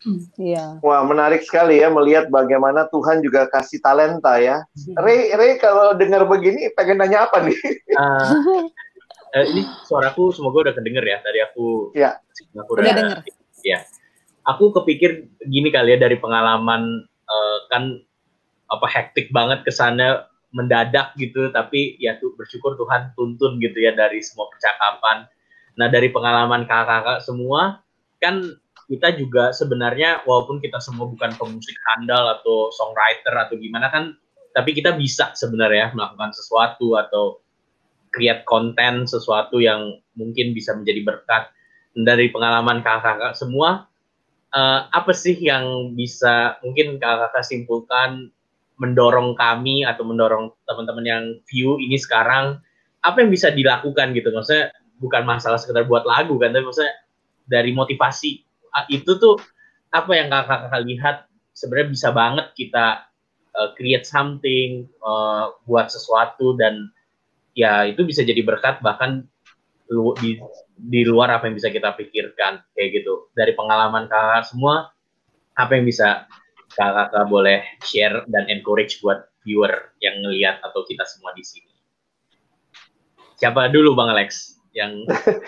Iya. Wah, menarik sekali ya melihat bagaimana Tuhan juga kasih talenta ya. Ray, Ray kalau dengar begini pengen nanya apa nih? Uh, uh, ini suaraku semoga udah kedenger ya dari aku. Ya. Singapura. Udah denger. Ya. Aku kepikir gini kali ya dari pengalaman uh, kan apa hektik banget ke sana mendadak gitu, tapi ya tuh bersyukur Tuhan tuntun gitu ya dari semua percakapan. Nah, dari pengalaman kakak-kakak semua kan kita juga sebenarnya walaupun kita semua bukan pemusik handal atau songwriter atau gimana kan, tapi kita bisa sebenarnya melakukan sesuatu atau create konten sesuatu yang mungkin bisa menjadi berkat. Dari pengalaman kakak-kakak semua, uh, apa sih yang bisa mungkin kakak-kakak simpulkan mendorong kami atau mendorong teman-teman yang view ini sekarang, apa yang bisa dilakukan gitu? Maksudnya bukan masalah sekedar buat lagu kan, tapi maksudnya dari motivasi itu tuh apa yang kakak-kakak lihat sebenarnya bisa banget kita uh, create something, uh, buat sesuatu dan ya itu bisa jadi berkat bahkan lu, di, di luar apa yang bisa kita pikirkan kayak gitu. Dari pengalaman kakak semua, apa yang bisa kakak-kakak boleh share dan encourage buat viewer yang ngelihat atau kita semua di sini? Siapa dulu Bang Alex? Yang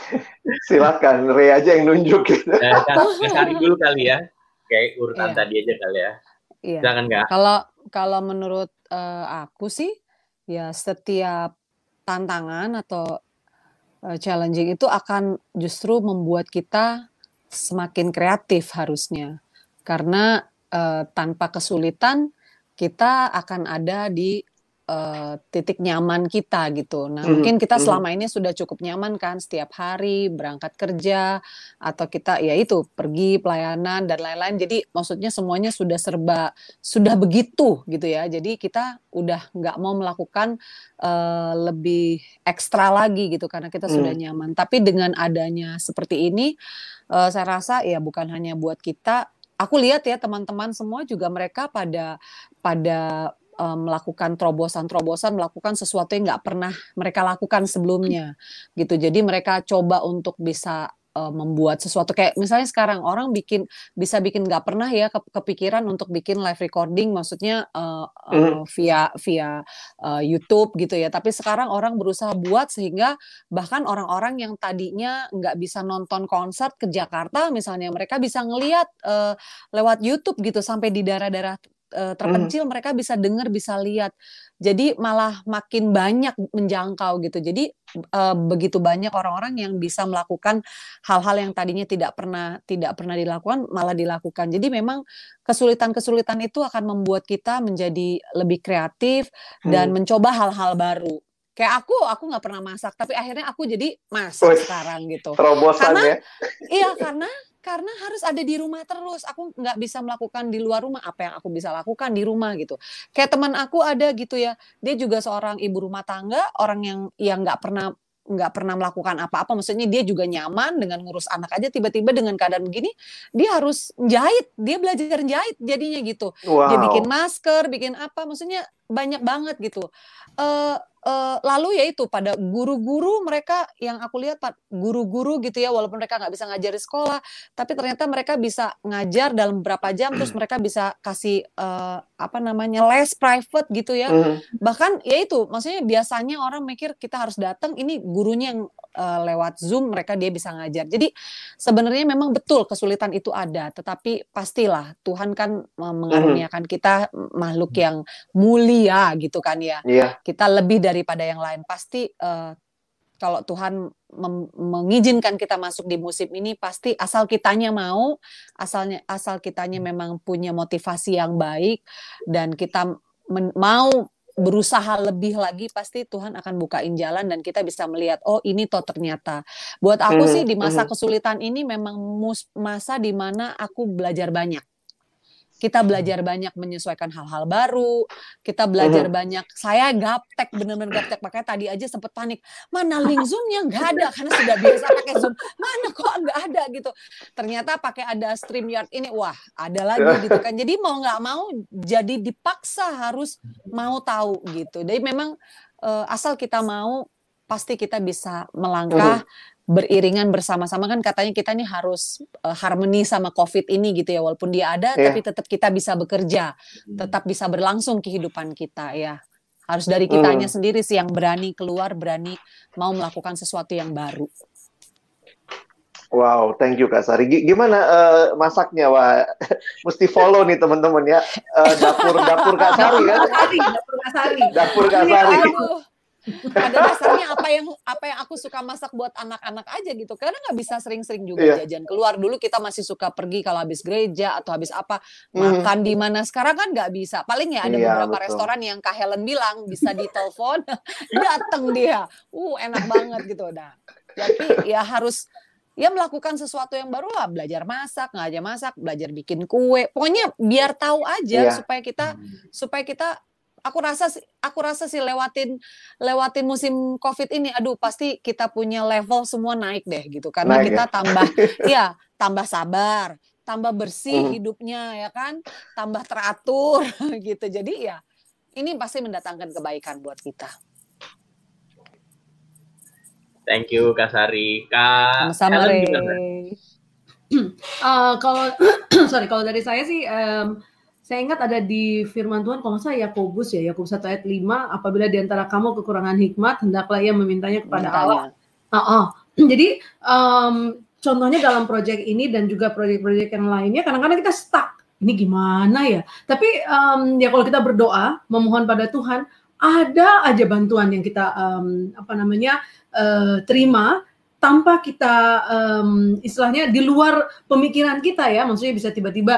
silakan, Ray aja yang nunjuk gitu. Eh, cari dulu kali ya, kayak urutan Iya. tadi aja kali ya. Iya. Silakan Kak. Kalau kalau menurut uh, aku sih, ya setiap tantangan atau uh, challenging itu akan justru membuat kita semakin kreatif harusnya, karena uh, tanpa kesulitan kita akan ada di Uh, titik nyaman kita gitu. Nah, mm-hmm. mungkin kita selama ini sudah cukup nyaman kan setiap hari berangkat kerja atau kita ya itu pergi pelayanan dan lain-lain. Jadi maksudnya semuanya sudah serba sudah begitu gitu ya. Jadi kita udah nggak mau melakukan uh, lebih ekstra lagi gitu karena kita mm. sudah nyaman. Tapi dengan adanya seperti ini, uh, saya rasa ya bukan hanya buat kita. Aku lihat ya teman-teman semua juga mereka pada pada Um, melakukan terobosan-terobosan, melakukan sesuatu yang nggak pernah mereka lakukan sebelumnya, gitu. Jadi mereka coba untuk bisa uh, membuat sesuatu kayak misalnya sekarang orang bikin bisa bikin nggak pernah ya ke, kepikiran untuk bikin live recording, maksudnya uh, uh, via via uh, YouTube gitu ya. Tapi sekarang orang berusaha buat sehingga bahkan orang-orang yang tadinya nggak bisa nonton konser ke Jakarta, misalnya mereka bisa ngelihat uh, lewat YouTube gitu sampai di daerah-daerah terpencil, mm. mereka bisa dengar, bisa lihat. Jadi malah makin banyak menjangkau gitu. Jadi uh, begitu banyak orang-orang yang bisa melakukan hal-hal yang tadinya tidak pernah tidak pernah dilakukan malah dilakukan. Jadi memang kesulitan-kesulitan itu akan membuat kita menjadi lebih kreatif mm. dan mencoba hal-hal baru. Kayak aku, aku nggak pernah masak, tapi akhirnya aku jadi masak Uish, sekarang gitu. Terobosan karena, ya? Iya, karena karena harus ada di rumah terus. Aku nggak bisa melakukan di luar rumah apa yang aku bisa lakukan di rumah gitu. Kayak teman aku ada gitu ya, dia juga seorang ibu rumah tangga, orang yang yang nggak pernah nggak pernah melakukan apa-apa. Maksudnya dia juga nyaman dengan ngurus anak aja. Tiba-tiba dengan keadaan begini, dia harus jahit. Dia belajar jahit jadinya gitu. Wow. Dia bikin masker, bikin apa? Maksudnya banyak banget gitu. Uh, Uh, lalu ya itu pada guru-guru mereka yang aku lihat guru-guru gitu ya, walaupun mereka nggak bisa ngajar di sekolah, tapi ternyata mereka bisa ngajar dalam beberapa jam, terus mereka bisa kasih uh, apa namanya les private gitu ya. Mm. Bahkan ya itu maksudnya biasanya orang mikir kita harus datang, ini gurunya yang uh, lewat Zoom mereka dia bisa ngajar. Jadi sebenarnya memang betul kesulitan itu ada, tetapi pastilah Tuhan kan mengaruniakan kita makhluk yang mulia gitu kan ya. Yeah. Kita lebih dari daripada yang lain. Pasti uh, kalau Tuhan mem- mengizinkan kita masuk di musim ini, pasti asal kitanya mau, asalnya asal kitanya memang punya motivasi yang baik dan kita men- mau berusaha lebih lagi, pasti Tuhan akan bukain jalan dan kita bisa melihat, oh ini toh ternyata. Buat aku mm-hmm. sih di masa mm-hmm. kesulitan ini memang mus- masa di mana aku belajar banyak. Kita belajar banyak menyesuaikan hal-hal baru, kita belajar uh-huh. banyak. Saya gaptek, bener-bener gaptek. Makanya tadi aja sempet panik, mana link Zoom-nya nggak ada, karena sudah biasa pakai Zoom, mana kok nggak ada gitu. Ternyata pakai ada StreamYard ini, wah ada lagi gitu kan. Jadi mau nggak mau, jadi dipaksa harus mau tahu gitu. Jadi memang uh, asal kita mau, pasti kita bisa melangkah Mhm. beriringan bersama-sama. Kan katanya kita nih harus uh, harmoni sama COVID ini gitu ya. Walaupun dia ada, tapi Iya. tetap kita bisa bekerja, Hmm. tetap bisa berlangsung kehidupan kita ya. Harus dari Mhm. kitanya sendiri sih yang berani keluar, berani mau melakukan sesuatu yang baru. Wow, thank you Kak Sari. Gi- Gimana eh, masaknya? Wah, mesti follow nih teman-teman ya. Eh, dapur dapur Kak Sari Dapur kan? Kak Sari, dapur Kak Sari. Dapur Kak Ini Sari. Aduh, pada dasarnya apa yang apa yang aku suka masak buat anak-anak aja gitu. Karena nggak bisa sering-sering juga Iya. jajan keluar. Dulu kita masih suka pergi kalau habis gereja atau habis apa Mhm. makan di mana. Sekarang kan nggak bisa. Paling ya ada Iya, beberapa betul. restoran yang Kak Helen bilang bisa ditelepon, datang dia. Uh, enak banget gitu. Nah, tapi ya harus ya melakukan sesuatu yang baru lah, belajar masak, ngajar masak, belajar bikin kue. Pokoknya biar tahu aja Iya. supaya kita supaya kita aku rasa sih aku rasa sih lewatin lewatin musim Covid ini, aduh pasti kita punya level semua naik deh gitu. Karena Naik kita ya. tambah ya, tambah sabar, tambah bersih Mhm. hidupnya ya kan, tambah teratur gitu. Jadi ya ini pasti mendatangkan kebaikan buat kita. Thank you Kak Sari. Kak Sama-sama, Helen gimana? Ray. Eh, kalau sorry kalau dari saya sih em, saya ingat ada di firman Tuhan kalau nggak salah Yakobus ya Yakobus satu ayat lima, apabila di antara kamu kekurangan hikmat hendaklah ia memintanya kepada Allah. Mintanya. Ah, ah. Jadi em, contohnya dalam proyek ini dan juga proyek-proyek yang lainnya kadang-kadang kita stuck. Ini gimana ya? Tapi em, ya kalau kita berdoa memohon pada Tuhan, ada aja bantuan yang kita em, apa namanya eh, terima tanpa kita em, istilahnya di luar pemikiran kita ya, maksudnya bisa tiba-tiba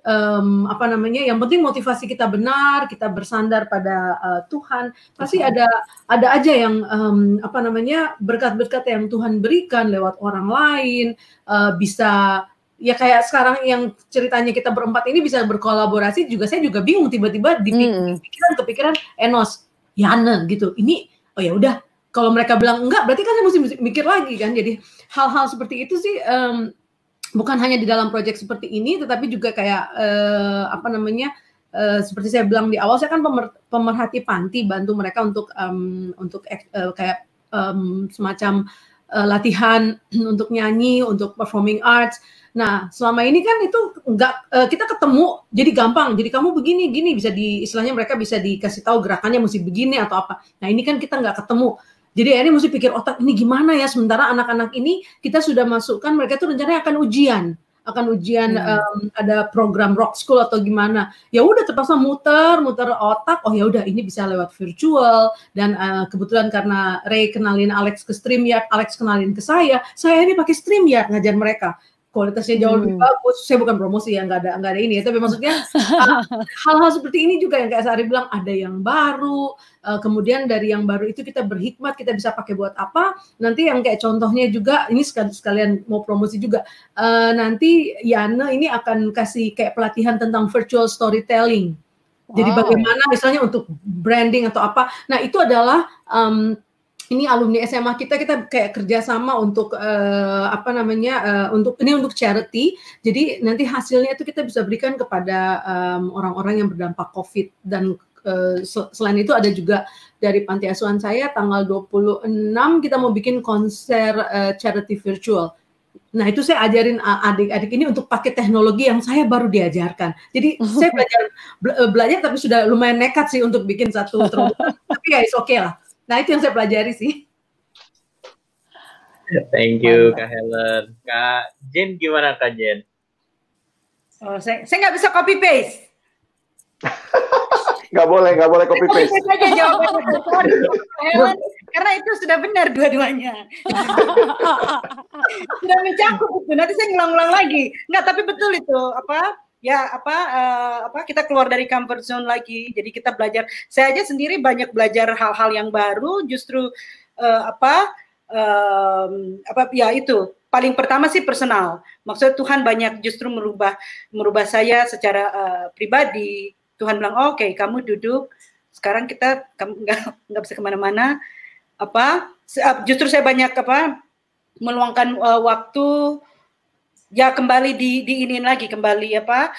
em, apa namanya, yang penting motivasi kita benar, kita bersandar pada eh, Tuhan, pasti Tuhan. ada ada aja yang em, apa namanya berkat-berkat yang Tuhan berikan lewat orang lain, eh, bisa ya kayak sekarang yang ceritanya kita berempat ini bisa berkolaborasi juga saya juga bingung tiba-tiba di Mm. pikiran kepikiran Enos, Yana gitu. Ini oh ya udah kalau mereka bilang enggak berarti kan saya mesti mikir lagi kan. Jadi hal-hal seperti itu sih em, bukan hanya di dalam proyek seperti ini tetapi juga kayak eh, apa namanya eh, seperti saya bilang di awal saya kan pemer, pemerhati panti bantu mereka untuk em, untuk ek- eh, kayak em, semacam eh, latihan untuk nyanyi, untuk performing arts. Nah, selama ini kan itu enggak eh, kita ketemu jadi gampang. Jadi kamu begini gini bisa di istilahnya mereka bisa dikasih tahu gerakannya mesti begini atau apa. Nah, ini kan kita nggak ketemu. Jadi akhirnya mesti pikir otak ini gimana ya, sementara anak-anak ini kita sudah masukkan mereka tuh rencananya akan ujian, akan ujian Hmm. em, ada program rock school atau gimana. Ya udah terpaksa muter, muter otak. Oh ya udah ini bisa lewat virtual dan eh, kebetulan karena Ray kenalin Alex ke StreamYard, Alex kenalin ke saya, saya ini pakai StreamYard ngajar mereka. Kualitasnya jauh lebih Hmm. bagus. Saya bukan promosi ya, nggak ada nggak ada ini ya. Tapi maksudnya ah, hal-hal seperti ini juga yang kayak Sari bilang ada yang baru. Uh, kemudian dari yang baru itu kita berhikmat, kita bisa pakai buat apa. Nanti yang kayak contohnya juga, ini sekal- sekalian mau promosi juga. Uh, nanti Yana ini akan kasih kayak pelatihan tentang virtual storytelling. Jadi Wow. bagaimana misalnya untuk branding atau apa. Nah itu adalah um, ini alumni S M A kita kita kayak kerjasama untuk uh, apa namanya uh, untuk ini untuk charity. Jadi nanti hasilnya itu kita bisa berikan kepada um, orang-orang yang berdampak COVID dan uh, sel- selain itu ada juga dari panti asuhan saya tanggal dua puluh enam kita mau bikin konser uh, charity virtual. Nah itu saya ajarin uh, adik-adik ini untuk pakai teknologi yang saya baru diajarkan. Jadi saya belajar bela- uh, belajar tapi sudah lumayan nekat sih untuk bikin satu terobosan. Tapi ya it's okay lah. Nah itu yang saya pelajari sih. Thank you Mantap. Kak Helen. Kak Jen gimana Kak Jen? Oh, saya saya nggak bisa copy paste. Nggak boleh, nggak boleh copy Copy paste. paste aja jawabannya. Sorry, Helen, karena itu sudah benar dua-duanya. Sudah mencakup itu. Nanti saya ngulang-ngulang lagi. Nggak, tapi betul itu apa? Ya apa eh, apa kita keluar dari comfort zone lagi. Jadi kita belajar. Saya aja sendiri banyak belajar hal-hal yang baru. Justru eh, apa em, apa ya itu paling pertama sih personal. Maksudnya Tuhan banyak justru merubah merubah saya secara eh, pribadi. Tuhan bilang oh, oke okay, kamu duduk. Sekarang kita kamu nggak nggak bisa kemana-mana. Apa se- justru saya banyak apa meluangkan eh, waktu. Ya kembali di diinin lagi kembali apa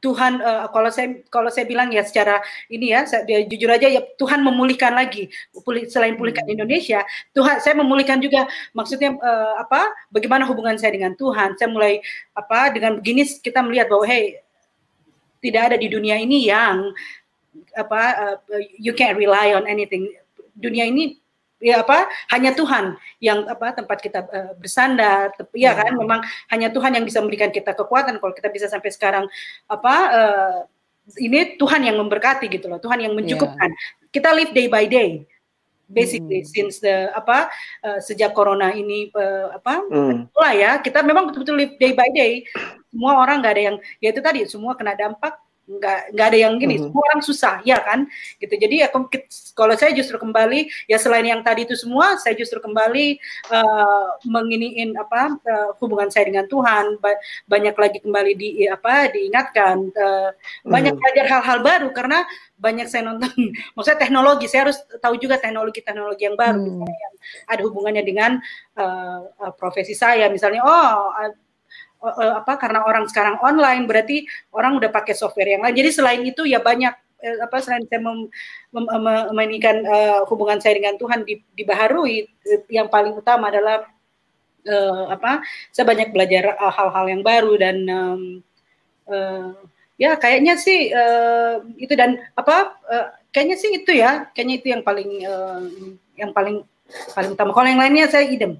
Tuhan uh, kalau saya kalau saya bilang ya secara ini ya, saya, ya jujur aja ya Tuhan memulihkan lagi. Pulih, selain pulihkan Indonesia, Tuhan saya memulihkan juga. Maksudnya uh, apa? Bagaimana hubungan saya dengan Tuhan? Saya mulai apa? Dengan begini kita melihat bahwa hey, tidak ada di dunia ini yang apa uh, you can't rely on anything. Dunia ini ya apa hanya Tuhan yang apa tempat kita uh, bersandar, ya kan, memang hanya Tuhan yang bisa memberikan kita kekuatan. Kalau kita bisa sampai sekarang apa uh, ini Tuhan yang memberkati gitu loh, Tuhan yang mencukupkan. Yeah. Kita live day by day basically hmm. since the apa uh, sejak corona ini uh, apa hmm. mulai ya, kita memang betul-betul live day by day. Semua orang nggak ada yang ya itu tadi, semua kena dampak, nggak nggak ada yang gini, mm-hmm. semua orang susah ya kan gitu. Jadi ya, kalau saya justru kembali ya selain yang tadi itu semua, saya justru kembali uh, menginiin apa uh, hubungan saya dengan Tuhan, ba- banyak lagi kembali di apa diingatkan, uh, banyak mm-hmm. belajar hal-hal baru karena banyak saya nonton, maksudnya teknologi, saya harus tahu juga teknologi-teknologi yang baru, mm. misalnya yang ada hubungannya dengan uh, uh, profesi saya, misalnya oh uh, Uh, apa karena orang sekarang online berarti orang udah pakai software yang lain. Jadi selain itu ya banyak uh, apa selain saya mem, mem, mem, memainkan uh, hubungan saya dengan Tuhan di, dibaharui, uh, yang paling utama adalah uh, apa saya banyak belajar uh, hal-hal yang baru dan um, uh, ya kayaknya sih uh, itu dan apa uh, kayaknya sih itu ya kayaknya itu yang paling uh, yang paling paling utama. Kalau yang lainnya saya idem.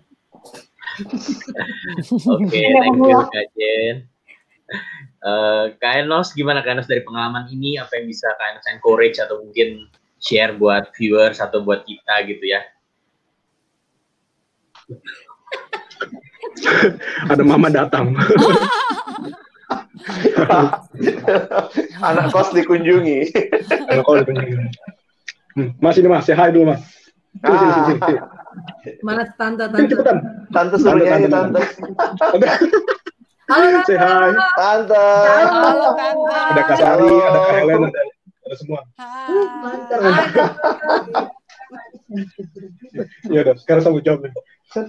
Oke, okay, thank you Kak Jen. Uh, Kak Enos, gimana Kak Enos dari pengalaman ini? Apa yang bisa Kak Enos encourage atau mungkin share buat viewers atau buat kita gitu ya? Ada mama datang. Anak kos dikunjungi. Anak kos dikunjungi. Hmm, Mas ini Mas, say hi dulu Mas. Sini, sini, sini, sini. Mana tante Sini, tante? cepetan. Tante suruh nyanyi tante. Halo say hi. Tante. Halo tante. Ada Kak Sari, ada Kak Helen, ada, ada semua. Hai. Ya udah, sekarang tanggung jawab nih.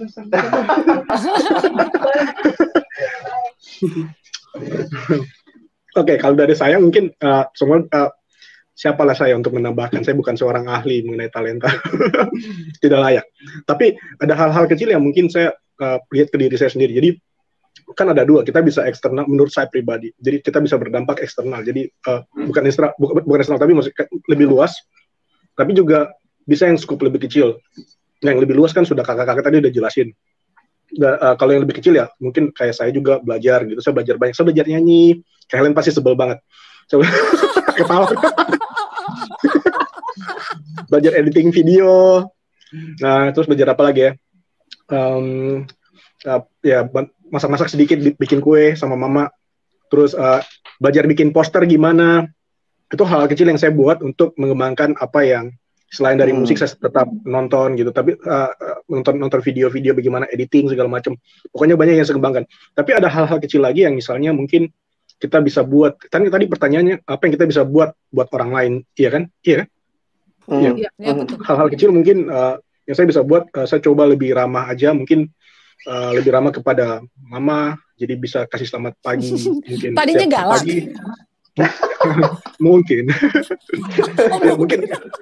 Oke, kalau dari saya mungkin uh, semua uh, siapalah saya untuk menambahkan, saya bukan seorang ahli mengenai talenta, tidak layak. Tapi ada hal-hal kecil yang mungkin saya uh, lihat ke diri saya sendiri. Jadi kan ada dua, kita bisa eksternal menurut saya pribadi. Jadi kita bisa berdampak eksternal. Jadi uh, bukan eksternal, bukan, bukan eksternal tapi maksudnya lebih luas. Tapi juga bisa yang skup lebih kecil. Yang lebih luas kan sudah kakak-kakak tadi udah jelasin. Da, uh, kalau yang lebih kecil ya mungkin kayak saya juga belajar gitu. Saya belajar banyak. Saya belajar nyanyi. Kalian pasti sebel banget. Saya ketawa. Belajar editing video. Nah, terus belajar apa lagi ya? Um, uh, ya masak-masak sedikit, bikin kue sama mama. Terus uh, belajar bikin poster gimana. Itu hal kecil yang saya buat untuk mengembangkan apa yang selain dari hmm. musik saya tetap nonton gitu. Tapi uh, nonton nonton video-video bagaimana editing segala macam. Pokoknya banyak yang saya kembangkan. Tapi ada hal-hal kecil lagi yang misalnya mungkin kita bisa buat. Tadi tadi pertanyaannya apa yang kita bisa buat buat orang lain, iya kan? Iya kan? Hmm. Iya. Ya, ya, betul. Hal-hal kecil mungkin uh, yang saya bisa buat, uh, saya coba lebih ramah aja, mungkin uh, lebih ramah kepada mama, jadi bisa kasih selamat pagi. Mungkin Tadinya galak. Pagi. Mungkin. Ya, mungkin.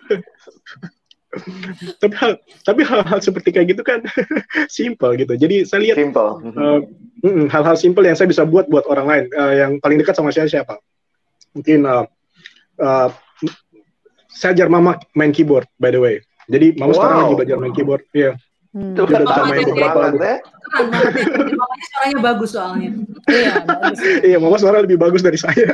tapi hal, tapi hal-hal seperti kayak gitu kan simple gitu. Jadi saya lihat simple. Uh, mm, hal-hal simple yang saya bisa buat buat orang lain. Uh, yang paling dekat sama saya siapa? Mungkin uh, uh, saya ajar mama main keyboard, by the way. Jadi mama wow. sekarang lagi belajar main keyboard. Iya. Hmm. Itu kan main beberapa lagu. Mamanya suaranya bagus soalnya. Iya, bagus. Iya, mama suara lebih bagus dari saya.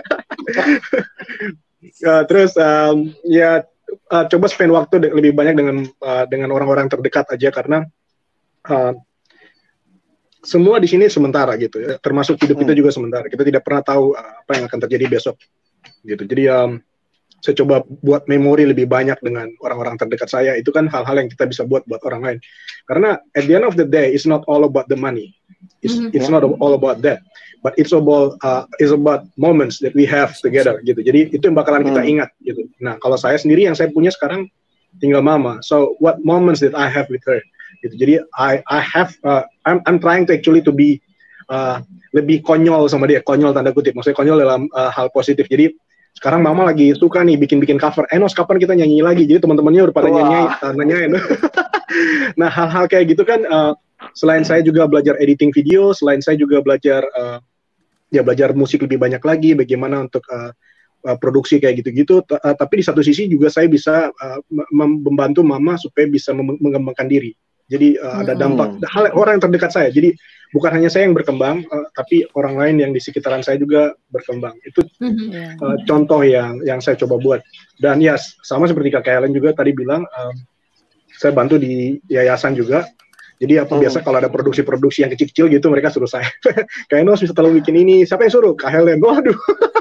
uh, terus um, ya uh, coba spend waktu de- lebih banyak dengan uh, dengan orang-orang terdekat aja karena uh, semua di sini sementara gitu ya. Termasuk hidup kita juga sementara. Kita tidak pernah tahu uh, apa yang akan terjadi besok. Gitu. Jadi um, saya coba buat memori lebih banyak dengan orang-orang terdekat saya. Itu kan hal-hal yang kita bisa buat buat orang lain. Karena at the end of the day, it's not all about the money. It's, mm-hmm. it's not all about that. But it's about uh, it's about moments that we have together. Gitu. Jadi itu yang bakalan kita ingat. Gitu. Nah, kalau saya sendiri yang saya punya sekarang tinggal mama. So what moments that I have with her? Gitu. Jadi I I have uh, I'm I'm trying to actually to be uh, lebih konyol sama dia, konyol tanda kutip, maksudnya konyol dalam uh, hal positif. Jadi sekarang mama lagi suka nih bikin-bikin cover. Enos kapan kita nyanyi lagi? Jadi teman-temannya udah pada nyanyi, uh, nanyain. Nah hal-hal kayak gitu kan, uh, selain saya juga belajar editing video, selain saya juga belajar uh, ya belajar musik lebih banyak lagi, bagaimana untuk uh, uh, produksi kayak gitu-gitu. T- uh, tapi di satu sisi juga saya bisa uh, mem- membantu mama supaya bisa mem- mengembangkan diri. Jadi uh, ada dampak hal orang yang terdekat saya. Jadi bukan hanya saya yang berkembang, uh, tapi orang lain yang di sekitaran saya juga berkembang. Itu uh, contoh yang yang saya coba buat. Dan ya sama seperti Kak Helen juga tadi bilang, um, saya bantu di yayasan juga. Jadi apa hmm. biasa kalau ada produksi-produksi yang kecil-kecil gitu mereka suruh saya. Kayak Enos bisa tolong bikin ini. Siapa yang suruh? Kak Helen. Waduh.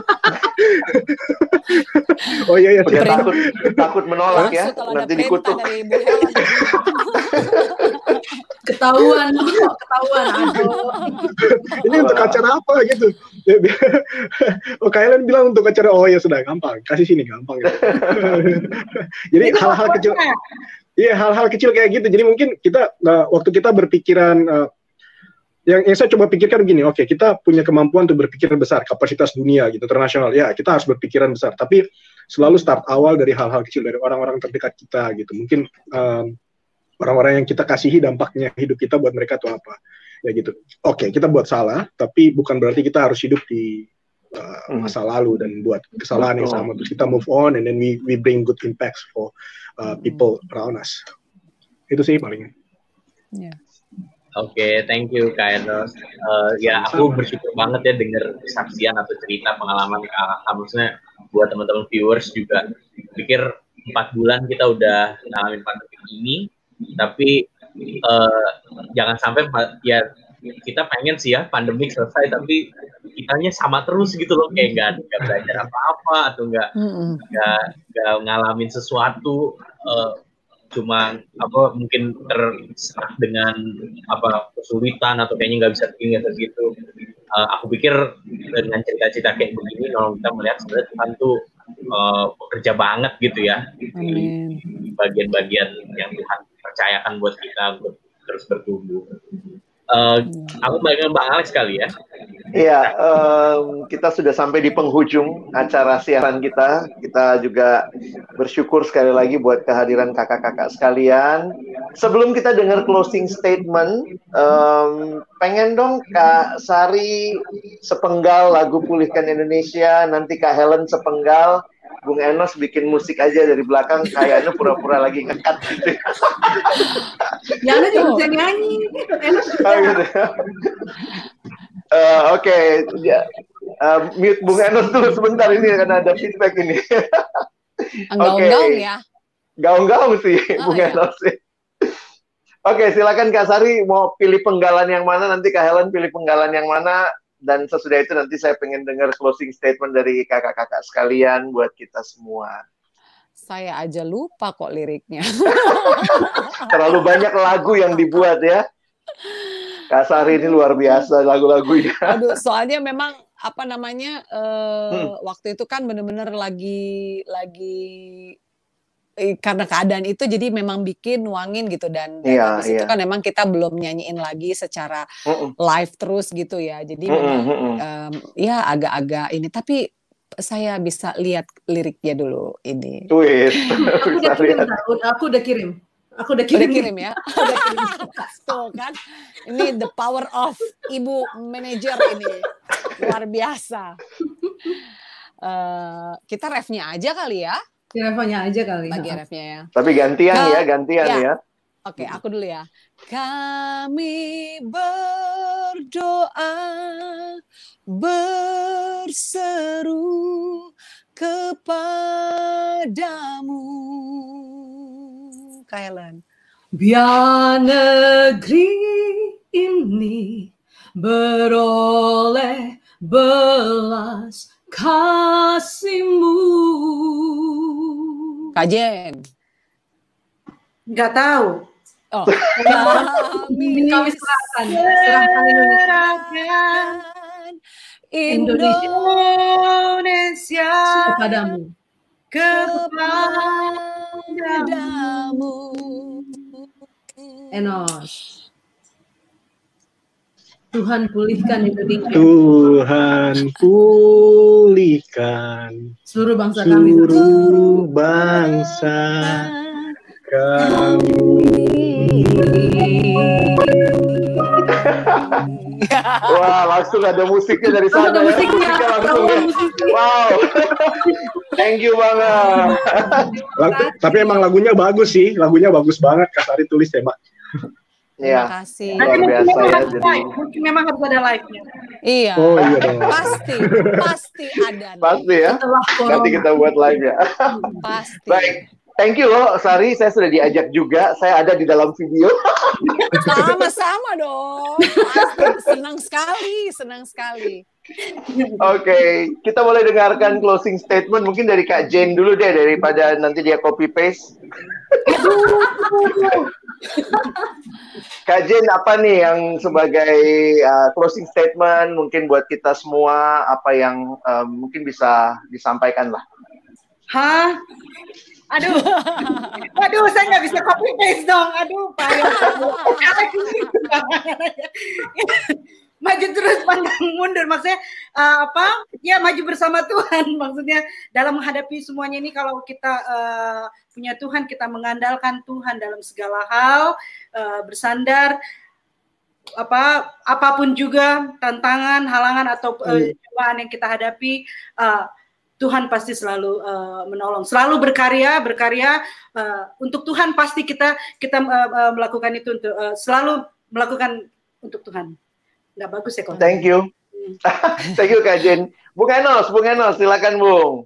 Oh iya iya. Oke, takut takut menolak ya. Nanti dikutuk. Dari Bu Helen. Ketahuan, ketahuan. Aduh. Ini untuk acara apa gitu? Oh Kak Helen bilang untuk acara, oh ya sudah gampang. Kasih sini gampang. Gitu. Jadi hal-hal kecil. Iya hal-hal kecil kayak gitu. Jadi mungkin kita uh, waktu kita berpikiran uh, yang, yang saya coba pikirkan begini. Oke, okay, kita punya kemampuan untuk berpikir besar, kapasitas dunia gitu, internasional. Ya kita harus berpikiran besar. Tapi selalu start awal dari hal-hal kecil, dari orang-orang terdekat kita gitu. Mungkin um, orang-orang yang kita kasihi dampaknya hidup kita buat mereka tuh apa? Ya gitu. Oke, okay, kita buat salah, tapi bukan berarti kita harus hidup di uh, masa lalu dan buat kesalahan yang sama. Terus kita move on and then we we bring good impacts for Uh, people around us. Itu sih paling. Yeah. Oke, okay, thank you Kak Enos. Uh, ya aku bersyukur banget ya dengar kesaksian atau cerita pengalaman Kak. Maksudnya buat teman-teman viewers juga. Pikir empat bulan kita udah ngalamin pandemi ini, tapi uh, jangan sampai ya kita pengen sih ya pandemi selesai, tapi kitanya sama terus gitu loh, kayak nggak nggak belajar apa-apa atau nggak nggak nggak ngalamin sesuatu, uh, cuma apa mungkin terserah dengan apa kesulitan atau kayaknya nggak bisa begini atau gitu. Uh, aku pikir dengan cerita-cerita kayak begini, kalau kita melihat sebenarnya Tuhan tuh uh, bekerja banget gitu ya. Amin. Di bagian-bagian yang Tuhan percayakan buat kita untuk terus bertumbuh. Uh, aku balik dengan Bang Alex kali ya. Iya, um, kita sudah sampai di penghujung acara siaran kita. Kita juga bersyukur sekali lagi buat kehadiran kakak-kakak sekalian. Sebelum kita dengar closing statement, um, pengen dong Kak Sari sepenggal lagu Pulihkan Indonesia, nanti Kak Helen sepenggal, Bung Enos bikin musik aja dari belakang, kayaknya pura-pura lagi ngekat gitu. Yana juga bisa nyanyi. Enos juga. Oh, gitu. uh, Oke, okay. ya, uh, mute Bung Enos dulu sebentar ini karena ada feedback ini. Gaung-gaung okay. ya? Gaung-gaung sih, oh, Bung ya. Enos sih. Oke, okay, silakan Kak Sari mau pilih penggalan yang mana, nanti Kak Helen pilih penggalan yang mana. Dan sesudah itu nanti saya pengen dengar closing statement dari kakak-kakak sekalian buat kita semua. Saya aja lupa kok liriknya. Terlalu banyak lagu yang dibuat ya. Kak Sari ini luar biasa lagu-lagunya. Aduh, soalnya memang apa namanya uh, hmm. waktu itu kan bener-bener lagi lagi karena keadaan itu jadi memang bikin nuangin gitu dan, dan yeah, habis yeah. itu kan memang kita belum nyanyiin lagi secara uh-uh. live terus gitu ya, jadi uh-uh, memang uh-uh. Um, ya agak-agak ini, tapi saya bisa lihat liriknya dulu ini. Wih, aku udah kirim, aku udah kirim, aku udah kirim, udah kirim ya, udah kirim. Tuh kan, ini the power of ibu manajer ini luar biasa. Uh, kita refnya aja kali ya. Refnya aja kali. Bagi refnya ya. Tapi gantian Ka- ya, gantian ya. ya. Oke, aku dulu ya. Kami berdoa, berseru kepadamu. Kak Helen. Biar negeri ini beroleh belas kasih-Mu. Kak Jen. Nggak tahu. Oh, kami, kami serahkan, serahkan Indonesia, Indonesia kepadamu, kepadamu. Enos. Tuhan pulihkan Indonesia. Tuhan pulihkan Seluruh bangsa kami. seluruh bangsa kami. Wah, langsung ada musiknya dari sana. Ada ya. musiknya. langsung ya. Wow. Thank you banget. Lagu- tapi emang lagunya bagus sih, lagunya bagus banget. Kak Sari tulis tema. Terima Ya, kasih. luar Mungkin biasa memang ya. harus Jadi live. Mungkin memang harus ada live-nya. Iya. Oh iya dong. Pasti, pasti ada nih. pasti ya. Setelah Nanti corona. kita buat live ya. Pasti. Baik. Thank you loh, Sari. Saya sudah diajak juga. Saya ada di dalam video. Sama-sama dong. Pasti. Senang sekali, senang sekali. Oke, kita boleh dengarkan closing statement mungkin dari Kak Jane dulu deh, daripada nanti dia copy paste. Kak Jane, apa nih yang sebagai uh, closing statement mungkin buat kita semua, apa yang uh, mungkin bisa disampaikan lah. Hah? Aduh, aduh, saya nggak bisa copy paste dong. Aduh, payah. Maju terus, pantang mundur. Maksudnya uh, apa? Ya maju bersama Tuhan. Maksudnya dalam menghadapi semuanya ini, kalau kita uh, punya Tuhan, kita mengandalkan Tuhan dalam segala hal, uh, bersandar apa apapun juga tantangan, halangan atau uh, cobaan yang kita hadapi. Uh, Tuhan pasti selalu uh, menolong, selalu berkarya, berkarya uh, untuk Tuhan. Pasti kita kita uh, uh, melakukan itu untuk uh, selalu melakukan untuk Tuhan. Nggak bagus ya kalau. Thank you, thank you Kak Jane. Bung Enos, Bung Enos, silakan Bung.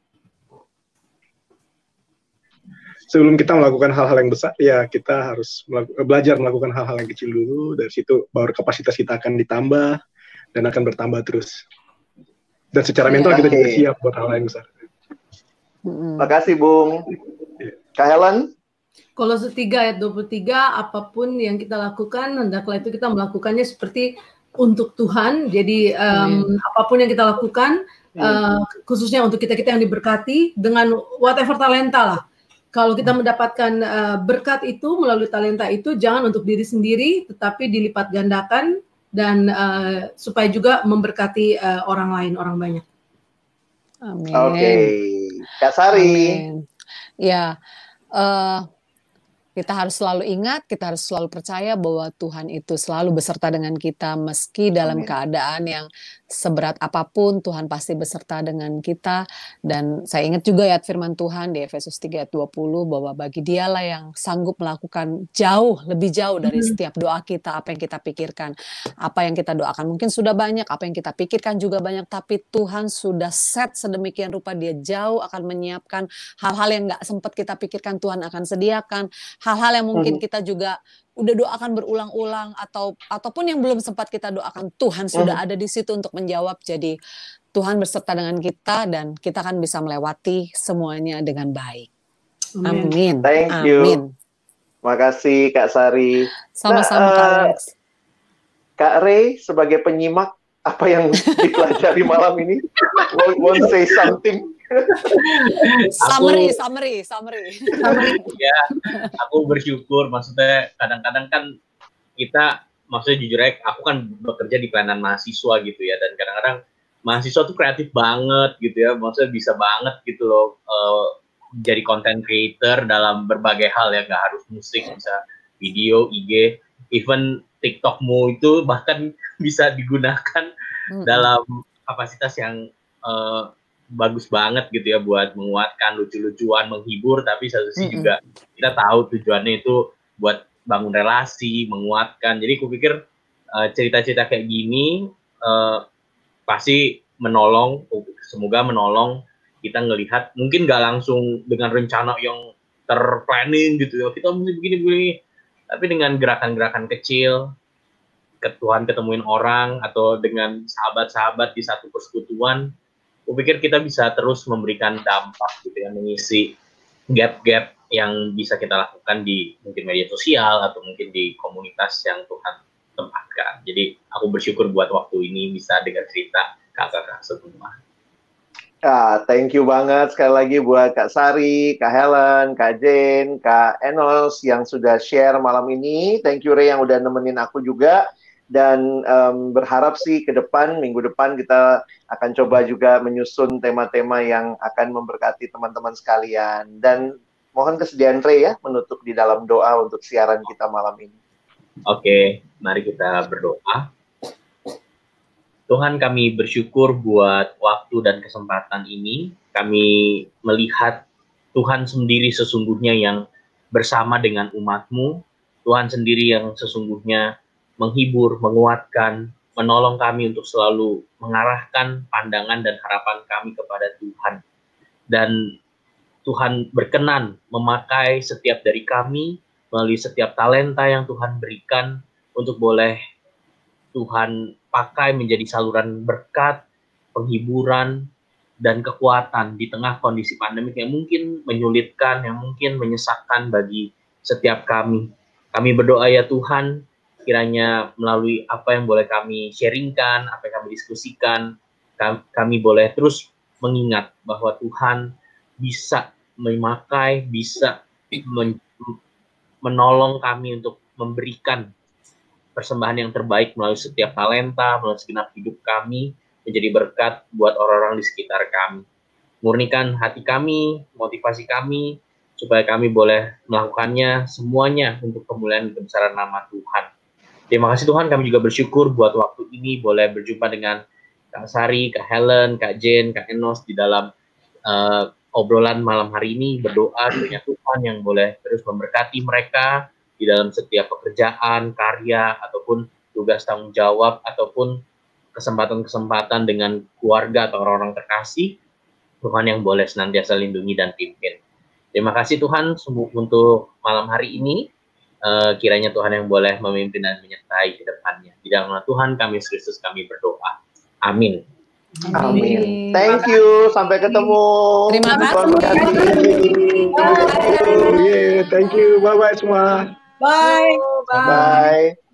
Sebelum kita melakukan hal-hal yang besar, ya kita harus melaku- belajar melakukan hal-hal yang kecil dulu. Dari situ baru kapasitas kita akan ditambah dan akan bertambah terus. Dan secara mental kita juga Oke. siap buat hal yang besar. Mm-mm. Makasih Bung. Kak Helen? Kolose tiga ayat dua puluh tiga, apapun yang kita lakukan, hendaklah itu kita melakukannya seperti untuk Tuhan. Jadi um, apapun yang kita lakukan, uh, khususnya untuk kita-kita yang diberkati, dengan whatever talenta lah. Kalau kita mendapatkan uh, berkat itu melalui talenta itu, jangan untuk diri sendiri, tetapi dilipat gandakan, dan uh, supaya juga memberkati uh, orang lain, orang banyak. Amin. Oke, Kak Sari. Amin. Ya, eh, kita harus selalu ingat, kita harus selalu percaya bahwa Tuhan itu selalu beserta dengan kita, meski dalam Amin. keadaan yang seberat apapun, Tuhan pasti beserta dengan kita. Dan saya ingat juga ayat firman Tuhan di Efesus tiga ayat dua puluh, bahwa bagi Dialah yang sanggup melakukan jauh, lebih jauh dari setiap doa kita, apa yang kita pikirkan, apa yang kita doakan. Mungkin sudah banyak, apa yang kita pikirkan juga banyak, tapi Tuhan sudah set sedemikian rupa, Dia jauh akan menyiapkan hal-hal yang nggak sempat kita pikirkan, Tuhan akan sediakan. Hal-hal yang mungkin kita juga udah doakan berulang-ulang, atau ataupun yang belum sempat kita doakan, Tuhan sudah ada di situ untuk menjawab. Jadi Tuhan berserta dengan kita, dan kita akan bisa melewati semuanya dengan baik. Amin. Thank you. Amin. Makasih Kak Sari. Sama-sama Nah, Kak eh, Alex. Kak Ray sebagai penyimak, apa yang dipelajari malam ini? Want, want say something? Summary, summary, summary. Ya, aku bersyukur. Maksudnya kadang-kadang kan kita, maksudnya jujur aja, aku kan bekerja di pelayanan mahasiswa gitu ya, dan kadang-kadang mahasiswa tuh kreatif banget gitu ya, maksudnya bisa banget gitu loh uh, jadi content creator dalam berbagai hal ya, nggak harus musik, bisa video, I G, even TikTokmu itu bahkan bisa digunakan Mm-mm. dalam kapasitas yang uh, bagus banget gitu ya, buat menguatkan, lucu-lucuan, menghibur, tapi satu sisi Mm-mm. juga kita tahu tujuannya itu buat bangun relasi, menguatkan. Jadi aku pikir uh, cerita-cerita kayak gini uh, pasti menolong, semoga menolong kita ngelihat, mungkin nggak langsung dengan rencana yang terplanning gitu ya, kita mesti begini-begini, tapi dengan gerakan-gerakan kecil, ke Tuhan ketemuin orang, atau dengan sahabat-sahabat di satu persekutuan, aku pikir kita bisa terus memberikan dampak gitu ya, mengisi gap-gap yang bisa kita lakukan di mungkin media sosial atau mungkin di komunitas yang Tuhan tempatkan. Jadi aku bersyukur buat waktu ini bisa dengar cerita kakak-kakak semua. Ah, thank you banget sekali lagi buat Kak Sari, Kak Helen, Kak Jane, Kak Enos yang sudah share malam ini. Thank you Ray yang udah nemenin aku juga. dan um, berharap sih ke depan, minggu depan kita akan coba juga menyusun tema-tema yang akan memberkati teman-teman sekalian. Dan mohon kesediaan Ray ya menutup di dalam doa untuk siaran kita malam ini. Oke, mari kita berdoa. Tuhan, kami bersyukur buat waktu dan kesempatan ini. Kami melihat Tuhan sendiri sesungguhnya yang bersama dengan umat-Mu. Tuhan sendiri yang sesungguhnya menghibur, menguatkan, menolong kami untuk selalu mengarahkan pandangan dan harapan kami kepada Tuhan. Dan Tuhan berkenan memakai setiap dari kami melalui setiap talenta yang Tuhan berikan untuk boleh Tuhan pakai menjadi saluran berkat, penghiburan, dan kekuatan di tengah kondisi pandemik yang mungkin menyulitkan, yang mungkin menyesakkan bagi setiap kami. Kami berdoa ya Tuhan, kiranya melalui apa yang boleh kami sharingkan, apa yang kami diskusikan, kami boleh terus mengingat bahwa Tuhan bisa memakai, bisa men menolong kami untuk memberikan persembahan yang terbaik melalui setiap talenta, melalui segenap hidup kami, menjadi berkat buat orang-orang di sekitar kami. Murnikan hati kami, motivasi kami, supaya kami boleh melakukannya semuanya untuk kemuliaan kebesaran nama Tuhan. Terima kasih Tuhan, kami juga bersyukur buat waktu ini boleh berjumpa dengan Kak Sari, Kak Helen, Kak Jen, Kak Enos di dalam uh, obrolan malam hari ini. Berdoa kiranya Tuhan yang boleh terus memberkati mereka di dalam setiap pekerjaan, karya, ataupun tugas tanggung jawab, ataupun kesempatan-kesempatan dengan keluarga atau orang-orang terkasih. Tuhan yang boleh senantiasa lindungi dan pimpin. Terima kasih Tuhan untuk malam hari ini. Uh, kiranya Tuhan yang boleh memimpin dan menyertai ke depannya. Di dalam nama Tuhan kami Yesus Kristus kami berdoa. Amin. Amin. Thank you. Sampai ketemu. Terima kasih. Yeah, thank you. Bye bye semua. Bye. Bye.